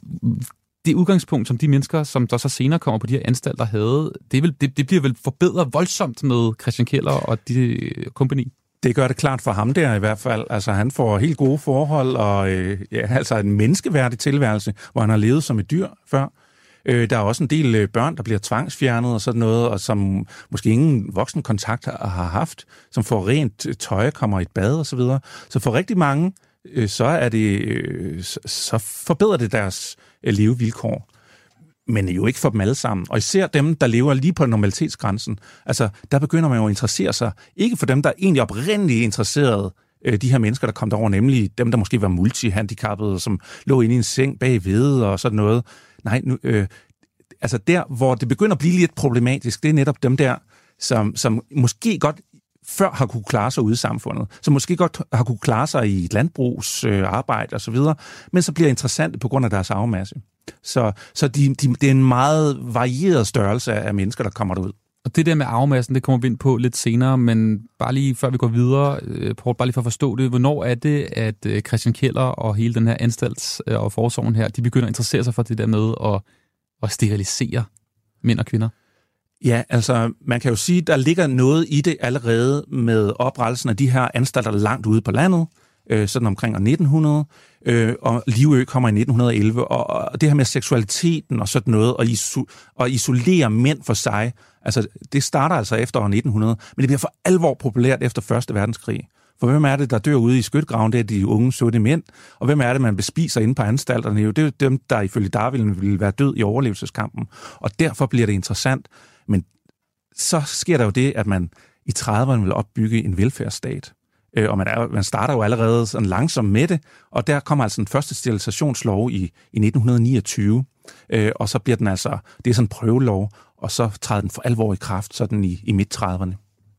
det udgangspunkt, som de mennesker, som der så senere kommer på de her anstalter, havde, det, vil, det, det bliver vel forbedret voldsomt med Christian Keller og de kompagni. Det gør det klart for ham der i hvert fald. Altså, han får helt gode forhold, og øh, ja, altså en menneskeværdig tilværelse, hvor han har levet som et dyr før. Øh, der er også en del øh, børn, der bliver tvangsfjernet og sådan noget, og som måske ingen voksenkontakt har, har haft, som får rent tøj, kommer i et bad og så videre. Så for rigtig mange, øh, så er det, øh, så, så forbedrer det deres øh, levevilkår. Men jo ikke for dem alle sammen. Og især dem, der lever lige på normalitetsgrænsen. Altså, der begynder man jo at interessere sig, ikke for dem, der egentlig oprindeligt er interesseret, øh, de her mennesker, der kom derover, nemlig dem, der måske var multihandicappede, som lå inde i en seng bagved og sådan noget. Nej, nu, øh, altså der, hvor det begynder at blive lidt problematisk, det er netop dem der, som, som måske godt før har kunne klare sig ude i samfundet, som måske godt har kunne klare sig i et landbrugsarbejde øh, og så videre, men så bliver interessante på grund af deres arvemasse. Så, så de, de, det er en meget varieret størrelse af mennesker, der kommer derud. Og det der med arvemassen, det kommer vi ind på lidt senere, men bare lige før vi går videre, Poul, bare lige for at forstå det, hvornår er det, at Christian Keller og hele den her anstalts- og forsorgen her, de begynder at interessere sig for det der med at, at sterilisere mænd og kvinder? Ja, altså man kan jo sige, at der ligger noget i det allerede med oprettelsen af de her anstalter langt ude på landet, øh, sådan omkring nitten hundrede, øh, og Livø kommer i nitten elleve, og, og det her med seksualiteten og sådan noget, og, iso- og isolere mænd for sig, altså det starter altså efter nitten hundrede, men det bliver for alvor populært efter første verdenskrig. For hvem er det, der dør ude i skyttegraven? Det er de unge, sorte mænd. Og hvem er det, man bespiser inde på anstalterne? Jo, det er dem, der ifølge Darwin ville være død i overlevelseskampen. Og derfor bliver det interessant. Men så sker der jo det, at man i trediverne vil opbygge en velfærdsstat. Og man, er, man starter jo allerede sådan langsomt med det. Og der kommer altså den første sterilisationslov i, i nitten niogtyve. Og så bliver den altså, det er sådan en prøvelov, og så træder den for alvor i kraft sådan i, i midt-trediverne.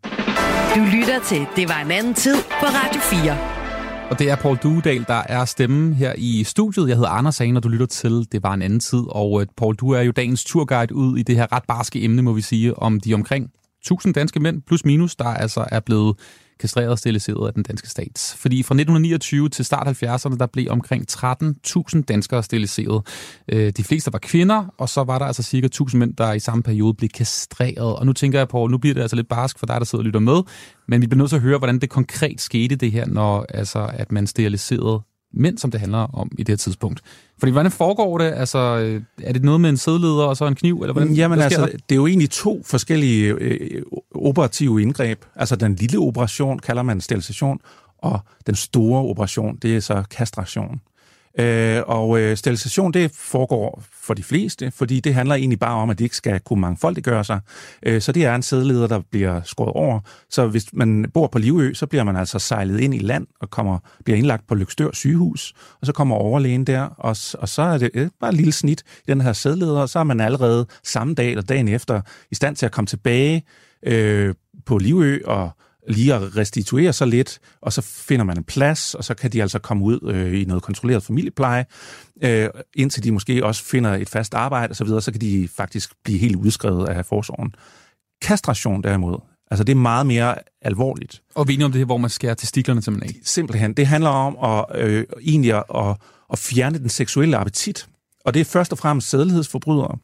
Du lytter til Det var en anden tid på Radio fire. Og det er Poul Duedal, der er stemmen her i studiet. Jeg hedder Anders Hagen, og du lytter til Det var en anden tid. Og Poul, du er jo dagens turguide ud i det her ret barske emne, må vi sige, om de omkring tusind danske mænd, plus minus, der altså er blevet kastreret og steriliseret af den danske stat. Fordi fra nitten niogtyve til start halvfjerdserne, der blev omkring tretten tusind danskere steriliseret. De fleste var kvinder, og så var der altså cirka tusind mænd, der i samme periode blev kastreret. Og nu tænker jeg på, nu bliver det altså lidt barsk for dig, der sidder og lytter med, men vi bliver nødt til at høre, hvordan det konkret skete det her, når altså, at man steriliserede mænd, som det handler om i det her tidspunkt. Fordi hvordan foregår det? Altså, er det noget med en sædleder og så en kniv? Eller hvordan, Jamen altså, der? det er jo egentlig to forskellige øh, operative indgreb. Altså den lille operation kalder man sterilisation, og den store operation, det er så kastration. Øh, og øh, sterilisation, det foregår for de fleste, fordi det handler egentlig bare om, at de ikke skal kunne mangfoldiggøre sig. Øh, så det er en sædleder, der bliver skåret over. Så hvis man bor på Livø, så bliver man altså sejlet ind i land og kommer, bliver indlagt på Løgstør sygehus, og så kommer overlægen der, og, og så er det øh, bare et lille snit i den her sædleder, og så er man allerede samme dag eller dagen efter i stand til at komme tilbage øh, på Livø og lige at restituere sig lidt, og så finder man en plads, og så kan de altså komme ud øh, i noget kontrolleret familiepleje, øh, indtil de måske også finder et fast arbejde og så videre, så kan de faktisk blive helt udskrevet af forsorgen. Kastration derimod, altså det er meget mere alvorligt. Og vi er enige om det her, hvor man skærer testiklerne simpelthen af? Simpelthen. Det handler om at, øh, egentlig at, at, at fjerne den seksuelle appetit, og det er først og fremmest sædelighedsforbrydere.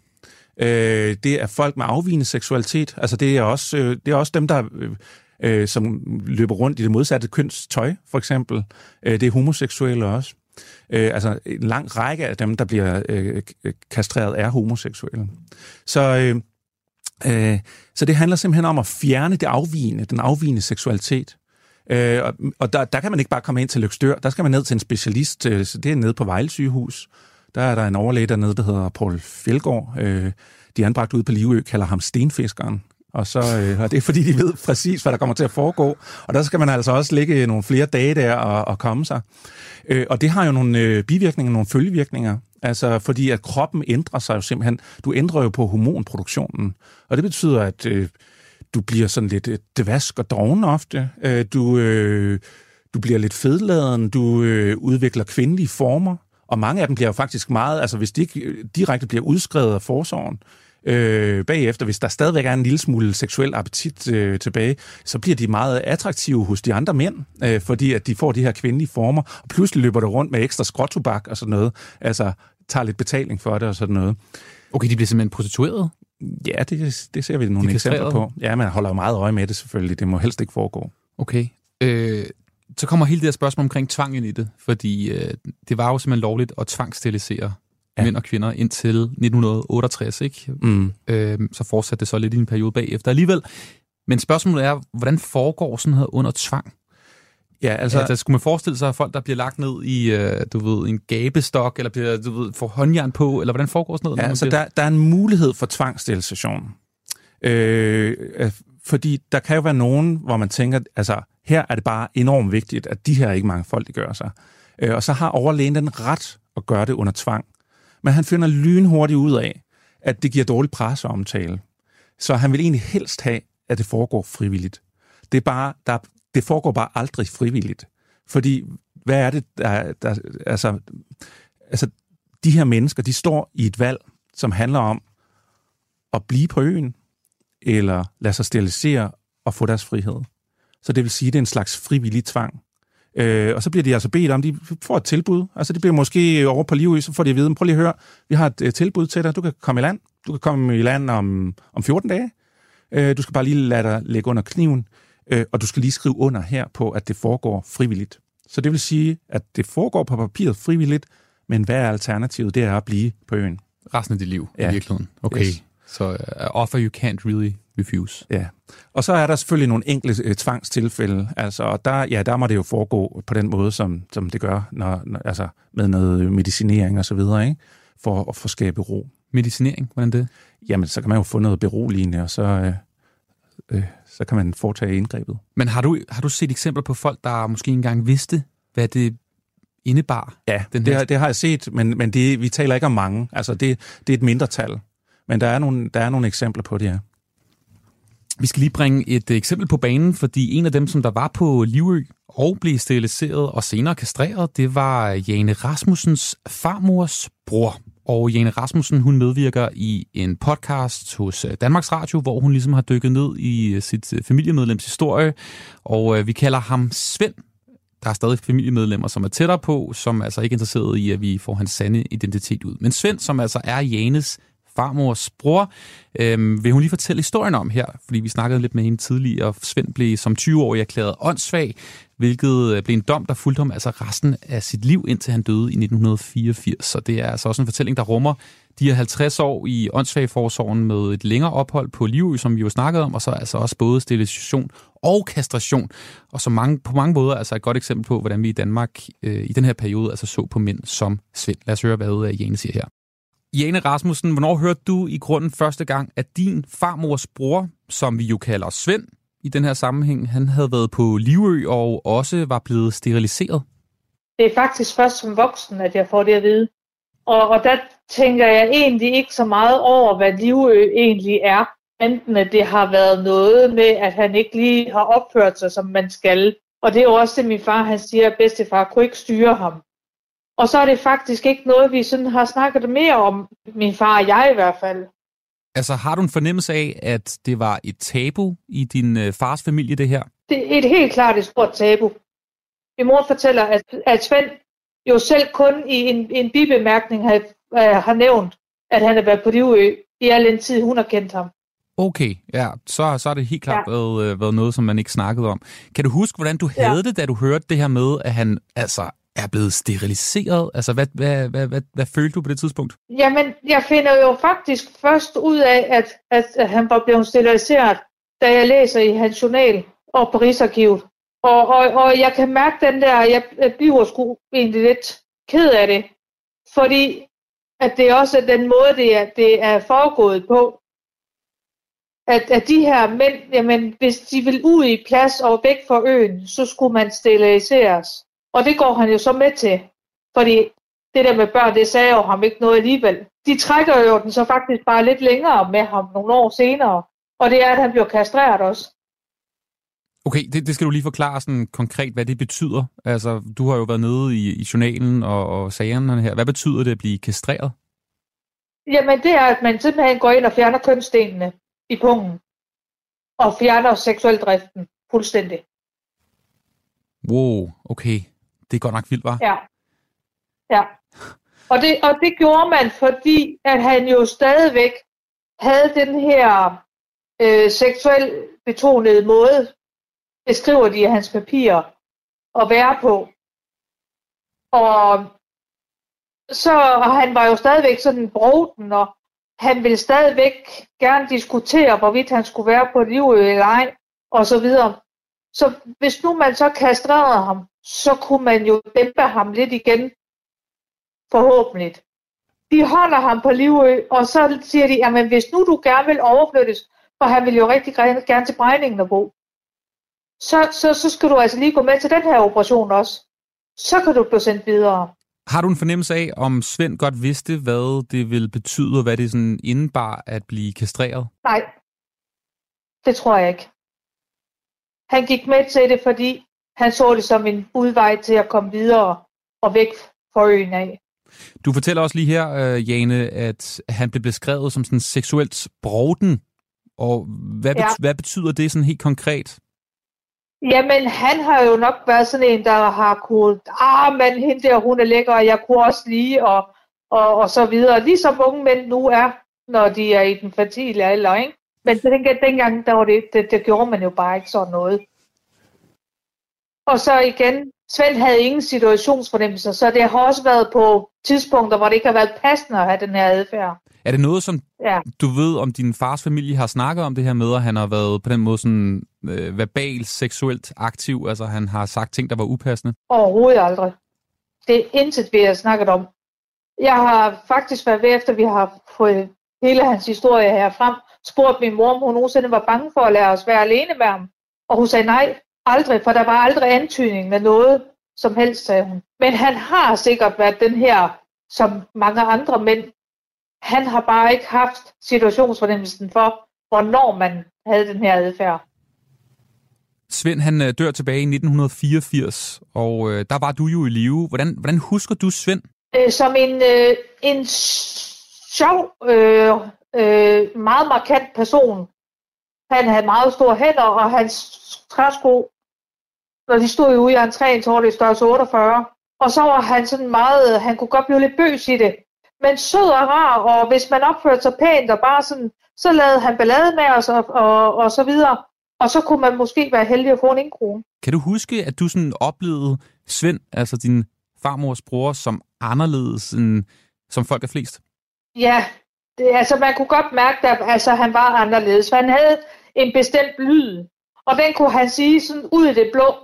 Øh, det er folk med afvigende seksualitet, altså det er også, øh, det er også dem, der øh, Øh, som løber rundt i det modsatte køns tøj, for eksempel. Øh, det er homoseksuelle også. Øh, altså en lang række af dem, der bliver øh, kastreret, er homoseksuelle. Så, øh, øh, så det handler simpelthen om at fjerne det afvigende, den afvigende seksualitet. Øh, og og der, der kan man ikke bare komme ind til Løgstør, der skal man ned til en specialist, øh, så det er nede på Vejle sygehus. Der er der en overlæge dernede, der hedder Paul Fjeldgaard. Øh, de er anbragt ude på Livø, kalder ham stenfiskeren. Og så øh, og det er fordi, de ved præcis, hvad der kommer til at foregå. Og der skal man altså også ligge nogle flere dage der og, og komme sig. Øh, og det har jo nogle øh, bivirkninger, nogle følgevirkninger. Altså fordi, at kroppen ændrer sig jo simpelthen. Du ændrer jo på hormonproduktionen. Og det betyder, at øh, du bliver sådan lidt øh, dvask og doven ofte. Øh, du, øh, du bliver lidt fedladen. Du øh, udvikler kvindelige former. Og mange af dem bliver jo faktisk meget, altså hvis de ikke direkte bliver udskrevet af forsorgen, Øh, bagefter, hvis der stadigvæk er en lille smule seksuel appetit øh, tilbage, så bliver de meget attraktive hos de andre mænd, øh, fordi at de får de her kvindelige former, og pludselig løber der rundt med ekstra skråtobak og sådan noget, altså tager lidt betaling for det og sådan noget. Okay, de bliver simpelthen prostitueret? Ja, det, det ser vi nogle de eksempler på. Ja, man holder jo meget øje med det selvfølgelig, det må helst ikke foregå. Okay, øh, så kommer hele det her spørgsmål omkring tvang ind i det, fordi øh, det var jo simpelthen lovligt at tvangssterilisere ja. mænd og kvinder indtil nitten otteogtres, ikke? Mm. Øh, så fortsatte det så lidt i en periode bagefter alligevel. Men spørgsmålet er, hvordan foregår sådan her under tvang? Ja, altså... altså skulle man forestille sig, at folk, der bliver lagt ned i, øh, du ved, en gabestok, eller bliver, du ved, får håndjern på, eller hvordan foregår sådan noget? Ja, altså bliver... der, der er en mulighed for tvangssterilisation. Øh, fordi der kan jo være nogen, hvor man tænker, altså her er det bare enormt vigtigt, at de her ikke mangfoldiggør sig. Øh, og så har overlægen den ret at gøre det under tvang. Men han finder lynhurtigt ud af, at det giver dårlig presseomtale. Så han vil egentlig helst have, at det foregår frivilligt. Det, er bare, der, det foregår bare aldrig frivilligt. Fordi, hvad er det, der, der altså, altså, de her mennesker, de står i et valg, som handler om at blive på øen, eller lade sig sterilisere og få deres frihed. Så det vil sige, at det er en slags frivillig tvang. Øh, og så bliver de altså bedt om, de får et tilbud. Altså det bliver måske over på Livø, så får de at vide, prøv lige at høre, vi har et, et tilbud til dig, du kan komme i land. Du kan komme i land om, om fjorten dage. Øh, du skal bare lige lade dig lægge under kniven, øh, og du skal lige skrive under her på, at det foregår frivilligt. Så det vil sige, at det foregår på papiret frivilligt, men hvad er alternativet? Det er at blive på øen. Resten af dit liv, ja. I virkeligheden. Okay, yes. Så uh, offer you can't really refuse. Ja, og så er der selvfølgelig nogle enkelte uh, tvangstilfælde, altså, og der, ja, der må det jo foregå på den måde, som, som det gør, når, når, altså med noget medicinering og så videre, ikke? For at få skabe ro. Medicinering, hvordan det? Jamen, så kan man jo få noget beroligende, og så, øh, øh, så kan man foretage indgrebet. Men har du, har du set eksempler på folk, der måske engang vidste, hvad det indebar? Ja, den det, har, det har jeg set, men, men det, vi taler ikke om mange. Altså, det, det er et mindretal. Men der er, nogle, der er nogle eksempler på det, ja. Vi skal lige bringe et eksempel på banen, fordi en af dem, som der var på Livø og blev steriliseret og senere kastreret, det var Jane Rasmussens farmors bror. Og Jane Rasmussen, hun medvirker i en podcast hos Danmarks Radio, hvor hun ligesom har dykket ned i sit familiemedlems historie. Og vi kalder ham Svend. Der er stadig familiemedlemmer, som er tættere på, som altså ikke er interesseret i, at vi får hans sande identitet ud. Men Svend, som altså er Janes farmors bror, øhm, vil hun lige fortælle historien om her, fordi vi snakkede lidt med hende tidligere, og Svend blev som tyve-årig erklæret åndssvag, hvilket blev en dom, der fulgte ham altså resten af sit liv, indtil han døde i nitten fireogfirs. Så det er altså også en fortælling, der rummer de her halvtreds år i åndssvageforsorgen med et længere ophold på Livø, som vi jo snakkede om, og så altså også både sterilisation og kastration, og så mange, på mange måder altså et godt eksempel på, hvordan vi i Danmark øh, i den her periode altså så på mænd som Svend. Lad os høre, hvad Jane siger her. Jane Rasmussen, hvornår hørte du i grunden første gang, at din farmors bror, som vi jo kalder Svend i den her sammenhæng, han havde været på Livø og også var blevet steriliseret? Det er faktisk først som voksen, at jeg får det at vide. Og, og der tænker jeg egentlig ikke så meget over, hvad Livø egentlig er. Enten at det har været noget med, at han ikke lige har opført sig, som man skal. Og det er jo også det, min far han siger, at bedstefar kunne ikke styre ham. Og så er det faktisk ikke noget, vi sådan har snakket mere om, min far og jeg i hvert fald. Altså, har du en fornemmelse af, at det var et tabu i din øh, fars familie, det her? Det er et helt klart et stort tabu. Min mor fortæller, at, at Svend jo selv kun i en, en bibemærkning har, øh, har nævnt, at han har været på Livø i al den tid, hun har kendt ham. Okay, ja, så, så er det helt klart ja. været, øh, været noget, som man ikke snakkede om. Kan du huske, hvordan du havde ja. det, da du hørte det her med, at han altså er blevet steriliseret? Altså, hvad, hvad, hvad, hvad, hvad følte du på det tidspunkt? Jamen, jeg finder jo faktisk først ud af, at, at, at han var blevet steriliseret, da jeg læser i hans journal og på Rigsarkivet. Og, og, og jeg kan mærke den der, jeg, jeg bliver sgu egentlig lidt ked af det, fordi at det også er den måde, det er, det er foregået på. At, at de her mænd, jamen, hvis de vil ud i plads og væk fra øen, så skulle man steriliseres. Og det går han jo så med til, fordi det der med børn, det sagde jo ham ikke noget alligevel. De trækker jo den så faktisk bare lidt længere med ham nogle år senere, og det er, at han bliver kastreret også. Okay, det, det skal du lige forklare sådan konkret, hvad det betyder. Altså, du har jo været nede i, i journalen og, og sagerne her. Hvad betyder det at blive kastreret? Jamen, det er, at man simpelthen går ind og fjerner kønsstenene i pungen, og fjerner seksueldriften fuldstændig. Wow, okay. Det er godt nok vildt, hva'? Ja. Ja. Og det, og det gjorde man, fordi at han jo stadigvæk havde den her øh, seksuelt betonede måde, beskriver de af hans papirer, at være på. Og så og han var jo stadigvæk sådan broden, og han ville stadigvæk gerne diskutere, hvorvidt han skulle være på Livø eller ej, og så videre. Så hvis nu man så kastrerede ham, så kunne man jo dæmpe ham lidt igen, forhåbentlig. De holder ham på Livø, og så siger de, jamen hvis nu du gerne vil overflyttes, for han vil jo rigtig gerne til Brejningen og bo, så, så, så skal du altså lige gå med til den her operation også. Så kan du blive sendt videre. Har du en fornemmelse af, om Svend godt vidste, hvad det ville betyde, og hvad det sådan indebar at blive kastreret? Nej, det tror jeg ikke. Han gik med til det, fordi han så det som en udvej til at komme videre og væk fra øen af. Du fortæller også lige her, Jane, at han blev beskrevet som sådan seksuelt broden. Og hvad, bet- ja. hvad betyder det sådan helt konkret? Jamen, han har jo nok været sådan en, der har kunnet, ah, men hende der, hun er lækker, og jeg kunne også lige, og, og, og så videre. Ligesom unge mænd nu er, når de er i den fertile alder, ikke? Men dengang, dengang der var det, det, det gjorde man jo bare ikke sådan noget. Og så igen, Svend havde ingen situationsfornemmelser, så det har også været på tidspunkter, hvor det ikke har været passende at have den her adfærd. Er det noget, som ja. du ved, om din fars familie har snakket om det her med, at han har været på den måde sådan øh, verbal, seksuelt aktiv, altså han har sagt ting, der var upassende? Overhovedet aldrig. Det er intet, vi har snakket om. Jeg har faktisk været ved, efter vi har fået hele hans historie her frem, spurgt min mor, om hun nogensinde var bange for at lade os være alene med ham. Og hun sagde nej, aldrig, for der var aldrig antydning med noget som helst, sagde hun. Men han har sikkert været den her, som mange andre mænd. Han har bare ikke haft situationsfornemmelsen for, hvornår man havde den her adfærd. Svend, han dør tilbage i nitten fireogfirs, og øh, der var du jo i live. Hvordan, hvordan husker du Svend? øh, som en, øh, en sjov, øh, øh, meget markant person. Han havde meget store hænder, og hans træsko, når de stod ude i entréen, så var det størrelse otteogfyrre. Og så var han sådan meget, han kunne godt blive lidt bøs i det. Men sød og rar, og hvis man opførte sig pænt og bare sådan, så lavede han ballade med os og, og, og så videre. Og så kunne man måske være heldig at få en indkrone. Kan du huske, at du sådan oplevede Svend, altså din farmors bror, som anderledes end som folk er flest? Ja, det, altså man kunne godt mærke, at altså, han var anderledes. For han havde en bestemt lyd, og den kunne han sige sådan ud i det blå.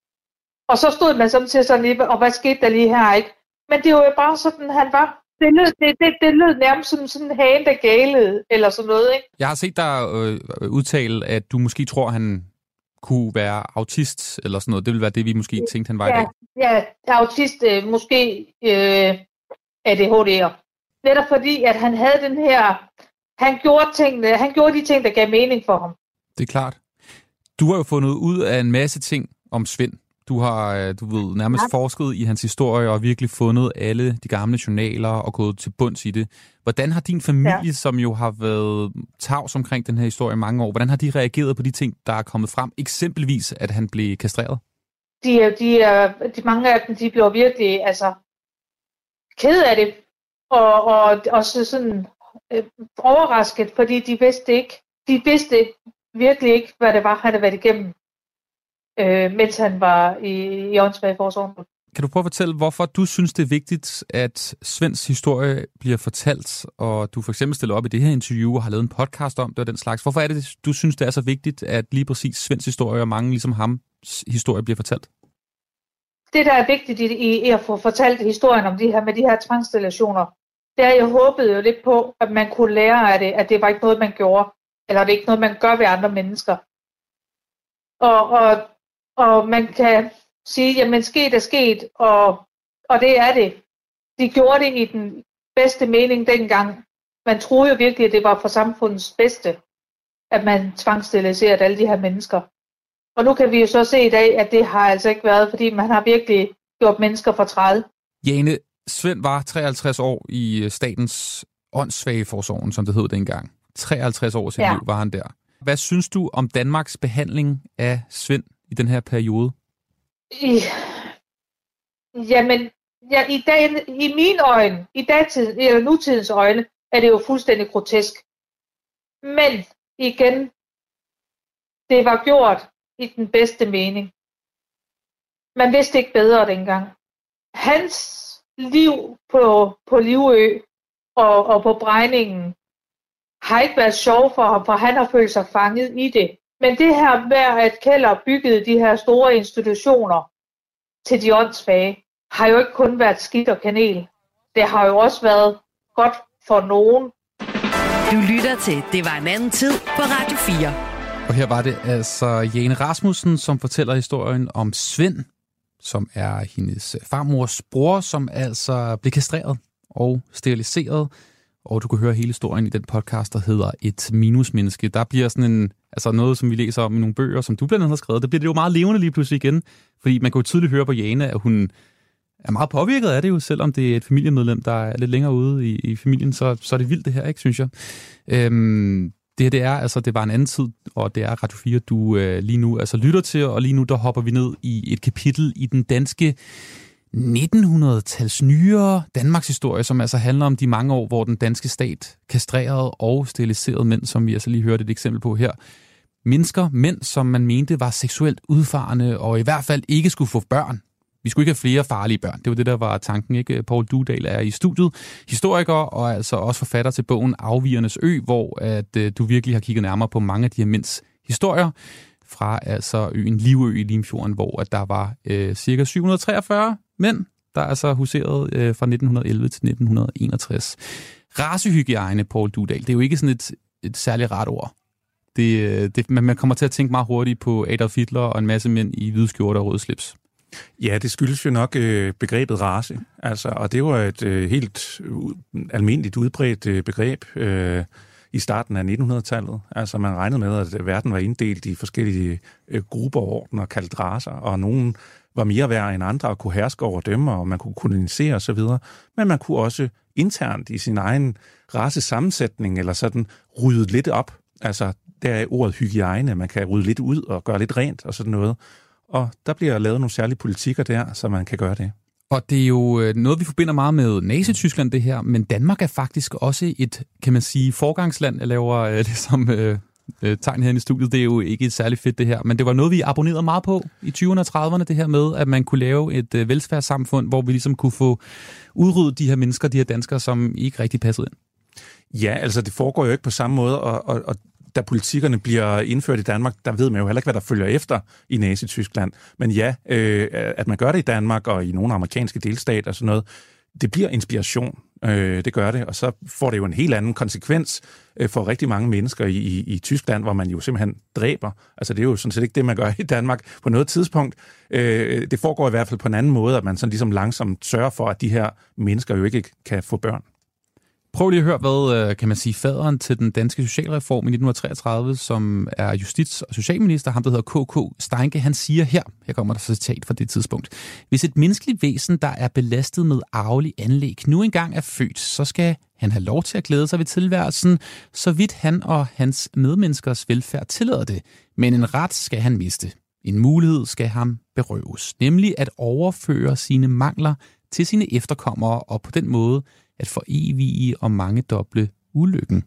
Og så stod man samtidig sådan lige, og hvad skete der lige her, ikke? Men det var jo bare sådan, han var. Det lød, det, det, det lød nærmest som sådan en hane, der galede, eller sådan noget, ikke? Jeg har set dig øh, udtale, at du måske tror, han kunne være autist, eller sådan noget. Det ville være det, vi måske tænkte, han var ja, i dag. Ja, autist, øh, måske øh, A D H D'er. Netop fordi, at han havde den her, han gjorde tingene, han gjorde de ting, der gav mening for ham. Det er klart. Du har jo fundet ud af en masse ting om Svend. Du har du ved, nærmest ja. forsket i hans historie og virkelig fundet alle de gamle journaler og gået til bunds i det. Hvordan har din familie, ja. som jo har været tavs omkring den her historie i mange år, hvordan har de reageret på de ting, der er kommet frem? Eksempelvis, at han blev kastreret? De, de, de, mange af dem, de blev virkelig altså, ked af det. Og, og også sådan øh, overrasket, fordi de vidste ikke, de vidste virkelig ikke, hvad det var, han havde været igennem, øh, mens han var i, i åndssvageforsorgen. Kan du prøve at fortælle, hvorfor du synes, det er vigtigt, at Svends historie bliver fortalt, og du for eksempel stiller op i det her interview og har lavet en podcast om det og den slags. Hvorfor er det, du synes, det er så vigtigt, at lige præcis Svends historie og mange ligesom ham historie bliver fortalt? Det, der er vigtigt i, i at få fortalt historien om de her, med de her tvangsrelationer, det er, jeg håbede jo lidt på, at man kunne lære af det, at det var ikke noget, man gjorde, eller det er ikke noget, man gør ved andre mennesker. Og, og, og man kan sige, jamen sket er sket, og, og det er det. De gjorde det i den bedste mening dengang. Man troede jo virkelig, at det var for samfundets bedste, at man tvangssteriliserede alle de her mennesker. Og nu kan vi jo så se i dag, at det har altså ikke været, fordi man har virkelig gjort mennesker fortræd. Jane, Svend var treoghalvtreds år i statens åndssvageforsorgen, som det hed dengang. treoghalvtreds år sit ja. liv var han der. Hvad synes du om Danmarks behandling af Svend i den her periode? I, jamen, ja, i, dag, i mine øjne, i datid, eller nutidens øjne, er det jo fuldstændig grotesk. Men igen, det var gjort i den bedste mening. Man vidste ikke bedre dengang. Hans liv på, på Livø og, og på Bregningen har ikke været sjov for ham, for han har følt sig fanget i det. Men det her med, at Keller byggede de her store institutioner til de åndssvage, har jo ikke kun været skidt og kanel. Det har jo også været godt for nogen. Du lytter til Det var en anden tid på Radio fire. Og her var det altså Jane Rasmussen, som fortæller historien om Svend, som er hendes farmors bror, som altså blev kastreret og steriliseret. Og du kan høre hele historien i den podcast, der hedder Et minusmenneske. Der bliver sådan en, altså noget, som vi læser om i nogle bøger, som du blandt andet har skrevet. Der bliver det jo meget levende lige pludselig igen, fordi man kan jo tydeligt høre på Jane, at hun er meget påvirket af det jo, selvom det er et familiemedlem, der er lidt længere ude i, i familien, så, så er det vildt det her, ikke, synes jeg. Øhm, det her, det er, altså, det var en anden tid, og det er Radio fire, du øh, lige nu altså lytter til, og lige nu, der hopper vi ned i et kapitel i den danske nitten hundrede-tals nyere Danmarks historie, som altså handler om de mange år, hvor den danske stat kastrerede og steriliserede mænd, som vi altså lige hørte et eksempel på her. Mennesker, mænd, som man mente var seksuelt udfarende, og i hvert fald ikke skulle få børn. Vi skulle ikke have flere farlige børn. Det var det, der var tanken, ikke? Poul Dudal er i studiet, historiker og altså også forfatter til bogen Afvigernes Ø, hvor at, øh, du virkelig har kigget nærmere på mange af de her mænds historier fra altså øen Livø i Limfjorden, hvor at der var øh, cirka syv hundrede og treogfyrre mænd, der altså huserede øh, fra nitten elleve til nitten enogtres. Racehygiejne, Poul Dudal, det er jo ikke sådan et, et særligt rart ord. Det, det, man kommer til at tænke meget hurtigt på Adolf Hitler og en masse mænd i hvide skjorter og røde slips. Ja, det skyldes jo nok øh, begrebet race, altså, og det var et øh, helt uh, almindeligt udbredt øh, begreb øh, i starten af nitten hundrede-tallet. Altså man regnede med, at verden var inddelt i forskellige øh, grupper og ordener kaldt racer, og nogle var mere værd end andre og kunne herske over dem, og man kunne kolonisere osv., men man kunne også internt i sin egen racesammensætning eller sådan rydde lidt op. Altså, der er ordet hygiejne, man kan rydde lidt ud og gøre lidt rent og sådan noget. Og der bliver lavet nogle særlige politikker der, så man kan gøre det. Og det er jo noget, vi forbinder meget med Nazi-Tyskland, det her, men Danmark er faktisk også et, kan man sige, forgangsland. Jeg laver øh, det som øh, tegn her i studiet. Det er jo ikke et særligt fedt, det her, men det var noget, vi abonnerede meget på i tyverne og trediverne, det her med, at man kunne lave et øh, velfærdssamfund, hvor vi ligesom kunne få udryddet de her mennesker, de her danskere, som ikke rigtig passede ind. Ja, altså det foregår jo ikke på samme måde, og, og, og da politikkerne bliver indført i Danmark, der ved man jo heller ikke, hvad der følger efter i Nazi-Tyskland. Men ja, øh, at man gør det i Danmark og i nogle amerikanske delstater og sådan noget, det bliver inspiration. Øh, det gør det, og så får det jo en helt anden konsekvens øh, for rigtig mange mennesker i, i, i Tyskland, hvor man jo simpelthen dræber. Altså det er jo sådan set ikke det, man gør i Danmark på noget tidspunkt. Øh, det foregår i hvert fald på en anden måde, at man sådan ligesom langsomt sørger for, at de her mennesker jo ikke kan få børn. Prøv lige at høre, hvad, kan man sige, faderen til den danske socialreform i nitten treogtredive, som er justits- og socialminister, ham der hedder K K Steinke, han siger her, her kommer der så et citat fra det tidspunkt: hvis et menneskeligt væsen, der er belastet med arvelig anlæg, nu engang er født, så skal han have lov til at glæde sig ved tilværelsen, så vidt han og hans medmenneskers velfærd tillader det. Men en ret skal han miste. En mulighed skal ham berøves, nemlig at overføre sine mangler til sine efterkommere, og på den måde at forevige og mangedoble ulykken.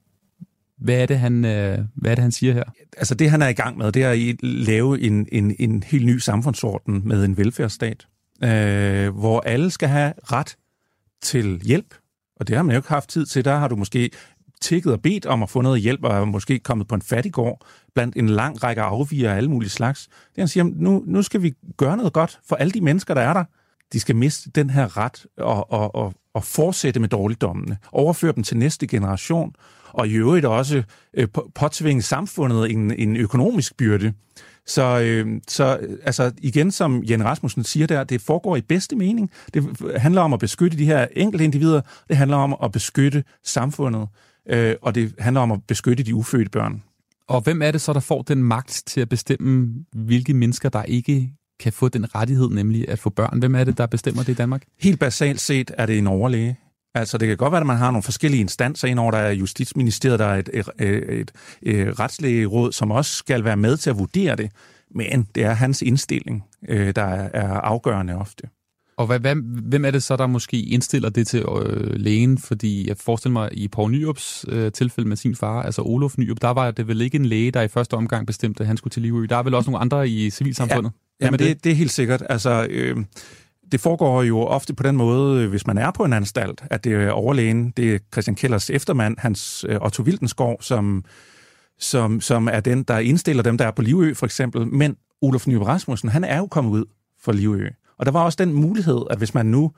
Hvad er det, han, øh, hvad er det, han siger her? Altså det, han er i gang med, det er at lave en, en, en helt ny samfundsorden med en velfærdsstat, øh, hvor alle skal have ret til hjælp, og det har man jo ikke haft tid til. Der har du måske tækket og bedt om at få noget hjælp, og måske kommet på en fattiggård blandt en lang række afviger af alle mulige slags. Det han siger, nu, nu skal vi gøre noget godt for alle de mennesker, der er der. De skal miste den her ret og, og, og, og fortsætte med dårligdommene. Overføre dem til næste generation, og i øvrigt også øh, påtvinge samfundet en, en økonomisk byrde. Så, øh, så altså igen, som Jan Rasmussen siger der, det foregår i bedste mening. Det handler om at beskytte de her enkelte individer. Det handler om at beskytte samfundet, øh, og det handler om at beskytte de ufødte børn. Og hvem er det så, der får den magt til at bestemme, hvilke mennesker, der ikke kan få den rettighed, nemlig at få børn? Hvem er det, der bestemmer det i Danmark? Helt basalt set er det en overlæge. Altså det kan godt være, at man har nogle forskellige instanser indover. Der er Justitsministeriet, der er et, et, et, et, et retslægeråd, som også skal være med til at vurdere det. Men det er hans indstilling, der er afgørende ofte. Og hvad, hvad, hvem er det så, der måske indstiller det til øh, lægen? Fordi jeg forestiller mig, i Poul Nyrups øh, tilfælde med sin far, altså Olof Nyrup, der var det vel ikke en læge, der i første omgang bestemte, at han skulle til Livø. Der er vel også nogle andre i civilsamfundet? Ja, jamen det, det? det er helt sikkert. Altså, øh, det foregår jo ofte på den måde, hvis man er på en anstalt, at det er overlægen, det er Christian Kellers eftermand, Hans øh, Otto Wildenskov, som, som, som er den, der indstiller dem, der er på Livø for eksempel. Men Olof Nyrup Rasmussen, han er jo kommet ud for Livø. Og der var også den mulighed, at hvis man nu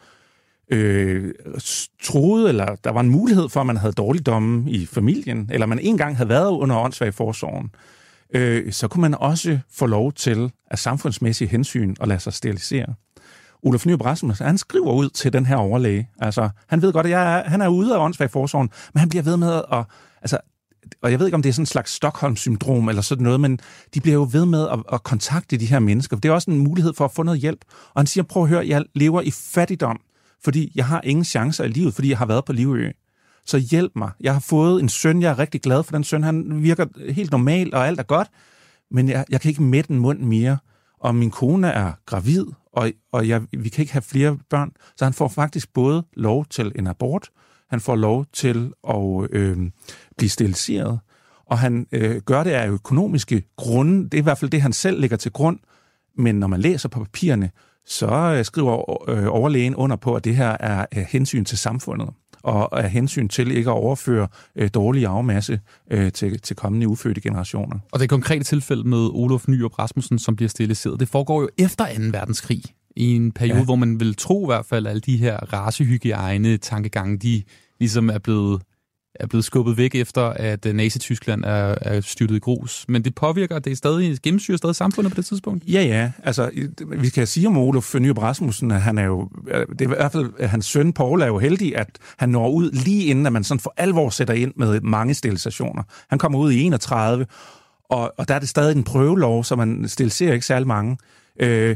øh, troede, eller der var en mulighed for, at man havde dårligdomme i familien, eller man engang havde været under åndssvageforsorgen, øh, så kunne man også få lov til af samfundsmæssige hensyn at lade sig sterilisere. Olof Nyrup Rasmussen, han skriver ud til den her overlæge. Altså, han ved godt, at jeg er, han er ude af åndssvageforsorgen, men han bliver ved med at... Altså, og jeg ved ikke, om det er sådan en slags Stockholm-syndrom eller sådan noget, men de bliver jo ved med at, at kontakte de her mennesker. Det er også en mulighed for at få noget hjælp. Og han siger, prøv at høre, jeg lever i fattigdom, fordi jeg har ingen chancer i livet, fordi jeg har været på Livø. Så hjælp mig. Jeg har fået en søn, jeg er rigtig glad for den søn. Han virker helt normal, og alt er godt, men jeg, jeg kan ikke mætte en mund mere. Og min kone er gravid, og, og jeg, vi kan ikke have flere børn. Så han får faktisk både lov til en abort, han får lov til at øh, blive steriliseret, og han øh, gør det af økonomiske grunde. Det er i hvert fald det, han selv lægger til grund. Men når man læser på papirerne, så øh, skriver øh, overlægen under på, at det her er af hensyn til samfundet, og af hensyn til ikke at overføre øh, dårlig arvemasse øh, til, til kommende ufødte generationer. Og det konkrete tilfælde med Olof Nyrup Rasmussen, som bliver steriliseret, det foregår jo efter anden verdenskrig. I en periode, ja. Hvor man vil tro i hvert fald, at alle de her racehygiejne tankegange, de ligesom er blevet, er blevet skubbet væk efter, at Nazi-Tyskland er, er styrtet i grus. Men det påvirker, det er stadig gennemsyrer stadig samfundet på det tidspunkt? Ja, ja. Altså, vi kan sige om Olof Nyrup Rasmussen, at han er jo, det er i hvert fald, at hans søn Poul er jo heldig, at han når ud lige inden, at man sådan for alvor sætter ind med mange sterilisationer. Han kommer ud i enogtredive, og, og der er det stadig en prøvelov, så man steriliserer ikke særlig mange. Øh,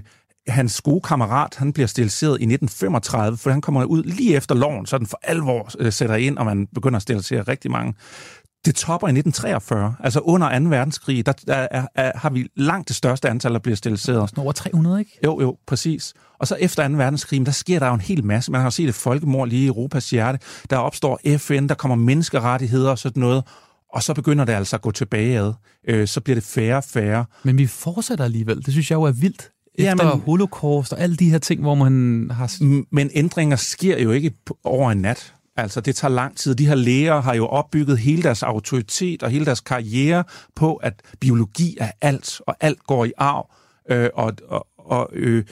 hans gode kammerat, han bliver steriliseret i nitten femogtredive, for han kommer ud lige efter loven, så den for alvor øh, sætter ind, og man begynder at sterilisere rigtig mange. Det topper i nitten treogfyrre, altså under anden verdenskrig, der, der er, er, har vi langt det største antal, der bliver steriliseret. Sådan over tre hundrede, ikke? Jo, jo, præcis. Og så efter anden verdenskrig, der sker der jo en hel masse. Man har set et folkemord lige i Europas hjerte. Der opstår F N, der kommer menneskerettigheder og sådan noget, og så begynder det altså at gå tilbage ad. Øh, så bliver det færre og færre. Men vi fortsætter alligevel. Det synes jeg jo er vildt. Efter ja, men, holocaust og alle de her ting, hvor man har... Men ændringer sker jo ikke over en nat. Altså, det tager lang tid. De her læger har jo opbygget hele deres autoritet og hele deres karriere på, at biologi er alt, og alt går i arv. Øh, og og, og øh,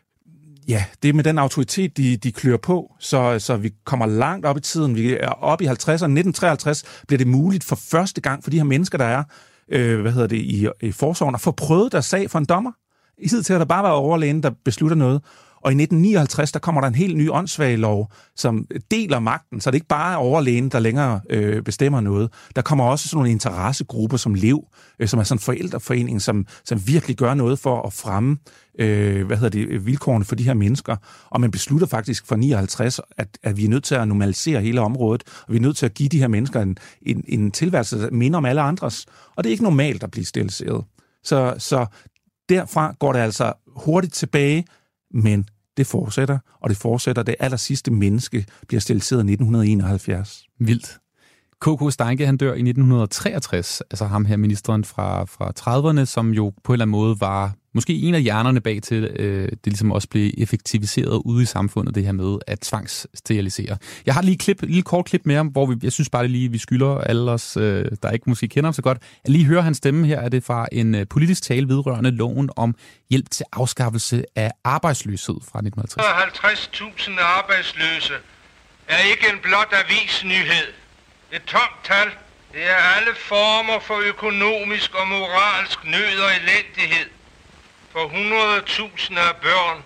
ja, det er med den autoritet, de, de klør på, så, så vi kommer langt op i tiden. Vi er oppe i halvtredserne. nitten treoghalvtreds bliver det muligt for første gang for de her mennesker, der er øh, hvad hedder det, i, i forsorgen, at få prøvet deres sag for en dommer. I tid til, at der bare var overlægen, der beslutter noget. Og i nitten nioghalvtreds, der kommer der en helt ny åndssvagelov, som deler magten, så det ikke bare er overlægen, der længere øh, bestemmer noget. Der kommer også sådan nogle interessegrupper som Lev, øh, som er sådan en forældreforening, som, som virkelig gør noget for at fremme øh, hvad hedder det, vilkårene for de her mennesker. Og man beslutter faktisk for nioghalvtreds, at, at vi er nødt til at normalisere hele området, og vi er nødt til at give de her mennesker en, en, en tilværelse, der minder om alle andres. Og det er ikke normalt at blive steriliseret. Så, så derfra går det altså hurtigt tilbage, men det fortsætter, og det fortsætter. Det aller sidste menneske bliver steriliseret i nitten enoghalvfjerds. Vildt. K K. Steincke, han dør i nitten treogtres, altså ham her, ministeren fra, fra trediverne, som jo på en eller anden måde var måske en af hjernerne bag til, øh, det ligesom også blev effektiviseret ude i samfundet, det her med at tvangssterilisere. Jeg har lige et klip, et lille kort klip med ham, hvor vi, jeg synes bare lige, vi skylder alle os, øh, der ikke måske kender ham så godt, at lige høre hans stemme her. Er det fra en øh, politisk tale vedrørende loven om hjælp til afskaffelse af arbejdsløshed fra nitten halvtreds. halvtreds tusind arbejdsløse er ikke en blot avisnyhed. Et tomt tal. Det er alle former for økonomisk og moralsk nød og elendighed for hundrede tusinder af børn,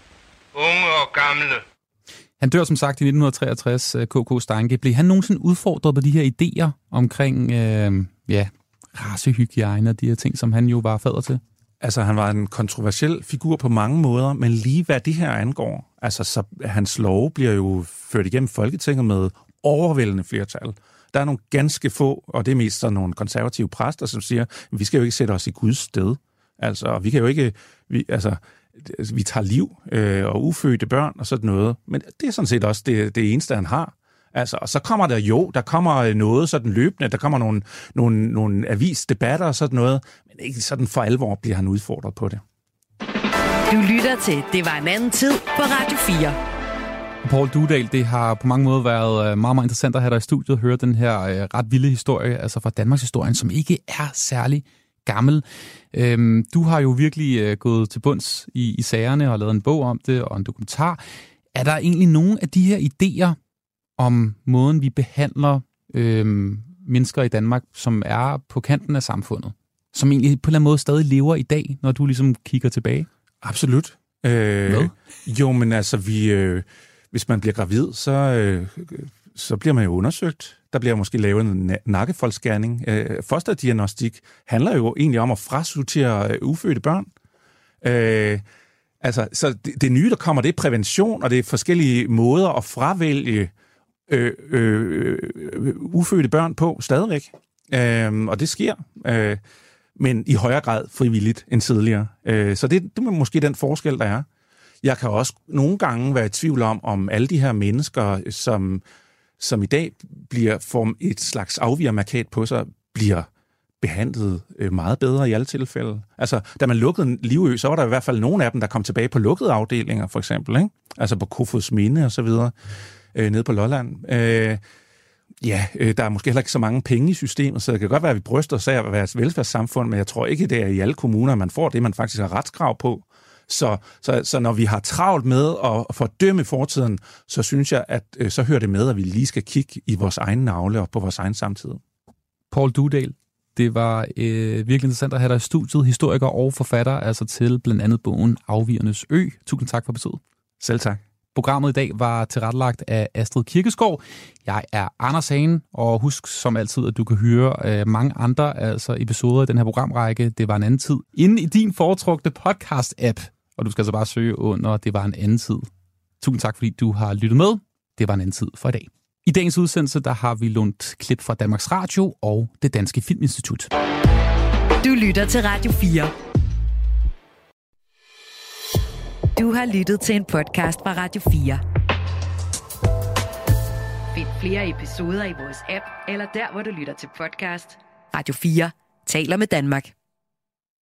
unge og gamle. Han dør som sagt i nitten treogtres, K K. Steincke. Blev han nogensinde udfordret på de her idéer omkring øh, ja, racehygiejne og de her ting, som han jo var fader til? Altså, han var en kontroversiel figur på mange måder, men lige hvad det her angår, altså, så hans lov bliver jo ført igennem Folketinget med overvældende flertal. Der er nogle ganske få, og det er mest sådan nogle konservative præster, som siger, at vi skal jo ikke sætte os i Guds sted. Altså, vi kan jo ikke, vi, altså, vi tager liv øh, og ufødte børn og sådan noget, men det er sådan set også det, det eneste, han har. Altså, og så kommer der jo, der kommer noget sådan løbende, der kommer nogle, nogle, nogle avisdebatter og sådan noget, men ikke sådan for alvor bliver han udfordret på det. Du lytter til Det var en anden tid på Radio fire. Poul Dudal, det har på mange måder været meget, meget interessant at have dig i studiet og høre den her øh, ret vilde historie, altså fra Danmarks historien, som ikke er særlig gammel. Øhm, du har jo virkelig øh, gået til bunds i, i sagerne og lavet en bog om det og en dokumentar. Er der egentlig nogle af de her idéer om måden, vi behandler øh, mennesker i Danmark, som er på kanten af samfundet, som egentlig på en eller anden måde stadig lever i dag, når du ligesom kigger tilbage? Absolut. Øh, Hvad? Jo, men altså, vi, øh, hvis man bliver gravid, så, øh, så bliver man jo undersøgt. Der bliver måske lavet en nakkefoldskærning. Øh, fosterdiagnostik handler jo egentlig om at frasortere øh, ufødte børn. Øh, altså, så det, det nye, der kommer, det er prævention, og det er forskellige måder at fravælge øh, øh, ufødte børn på stadigvæk. Øh, og det sker. Øh, men i højere grad frivilligt end tidligere. Så det, det er måske den forskel, der er. Jeg kan også nogle gange være i tvivl om, om alle de her mennesker, som, som i dag bliver får et slags afvigermarkat på sig, bliver behandlet meget bedre i alle tilfælde. Altså, da man lukkede Livø, så var der i hvert fald nogle af dem, der kom tilbage på lukkede afdelinger, for eksempel, ikke? Altså på Kofoedsminde og så videre, øh, nede på Lolland. Øh, Ja, der er måske heller ikke så mange penge i systemet, så det kan godt være, at vi bryster os af at være et velfærdssamfund, men jeg tror ikke, det er i alle kommuner, man får det, man faktisk har retskrav på. Så, så, så når vi har travlt med at fordømme fortiden, så synes jeg, at så hører det med, at vi lige skal kigge i vores egen navle og på vores egen samtid. Poul Dudal, det var øh, virkelig interessant at have dig i studiet, historiker og forfatter, altså til blandt andet bogen Afvigernes Ø. Tusind tak for besøget. Selv tak. Programmet i dag var tilrettelagt af Astrid Kirkeskov. Jeg er Anders Hagen, og husk som altid, at du kan høre øh, mange andre altså episoder i den her programrække. Det var en anden tid. Inde i din foretrukne podcast-app. Og du skal altså bare søge under Det var en anden tid. Tusind tak, fordi du har lyttet med. Det var en anden tid for i dag. I dagens udsendelse, der har vi lånt klip fra Danmarks Radio og Det Danske Filminstitut. Du lytter til Radio fire. Du har lyttet til en podcast fra Radio fire. Find flere episoder i vores app, eller der, hvor du lytter til podcast. Radio fire taler med Danmark.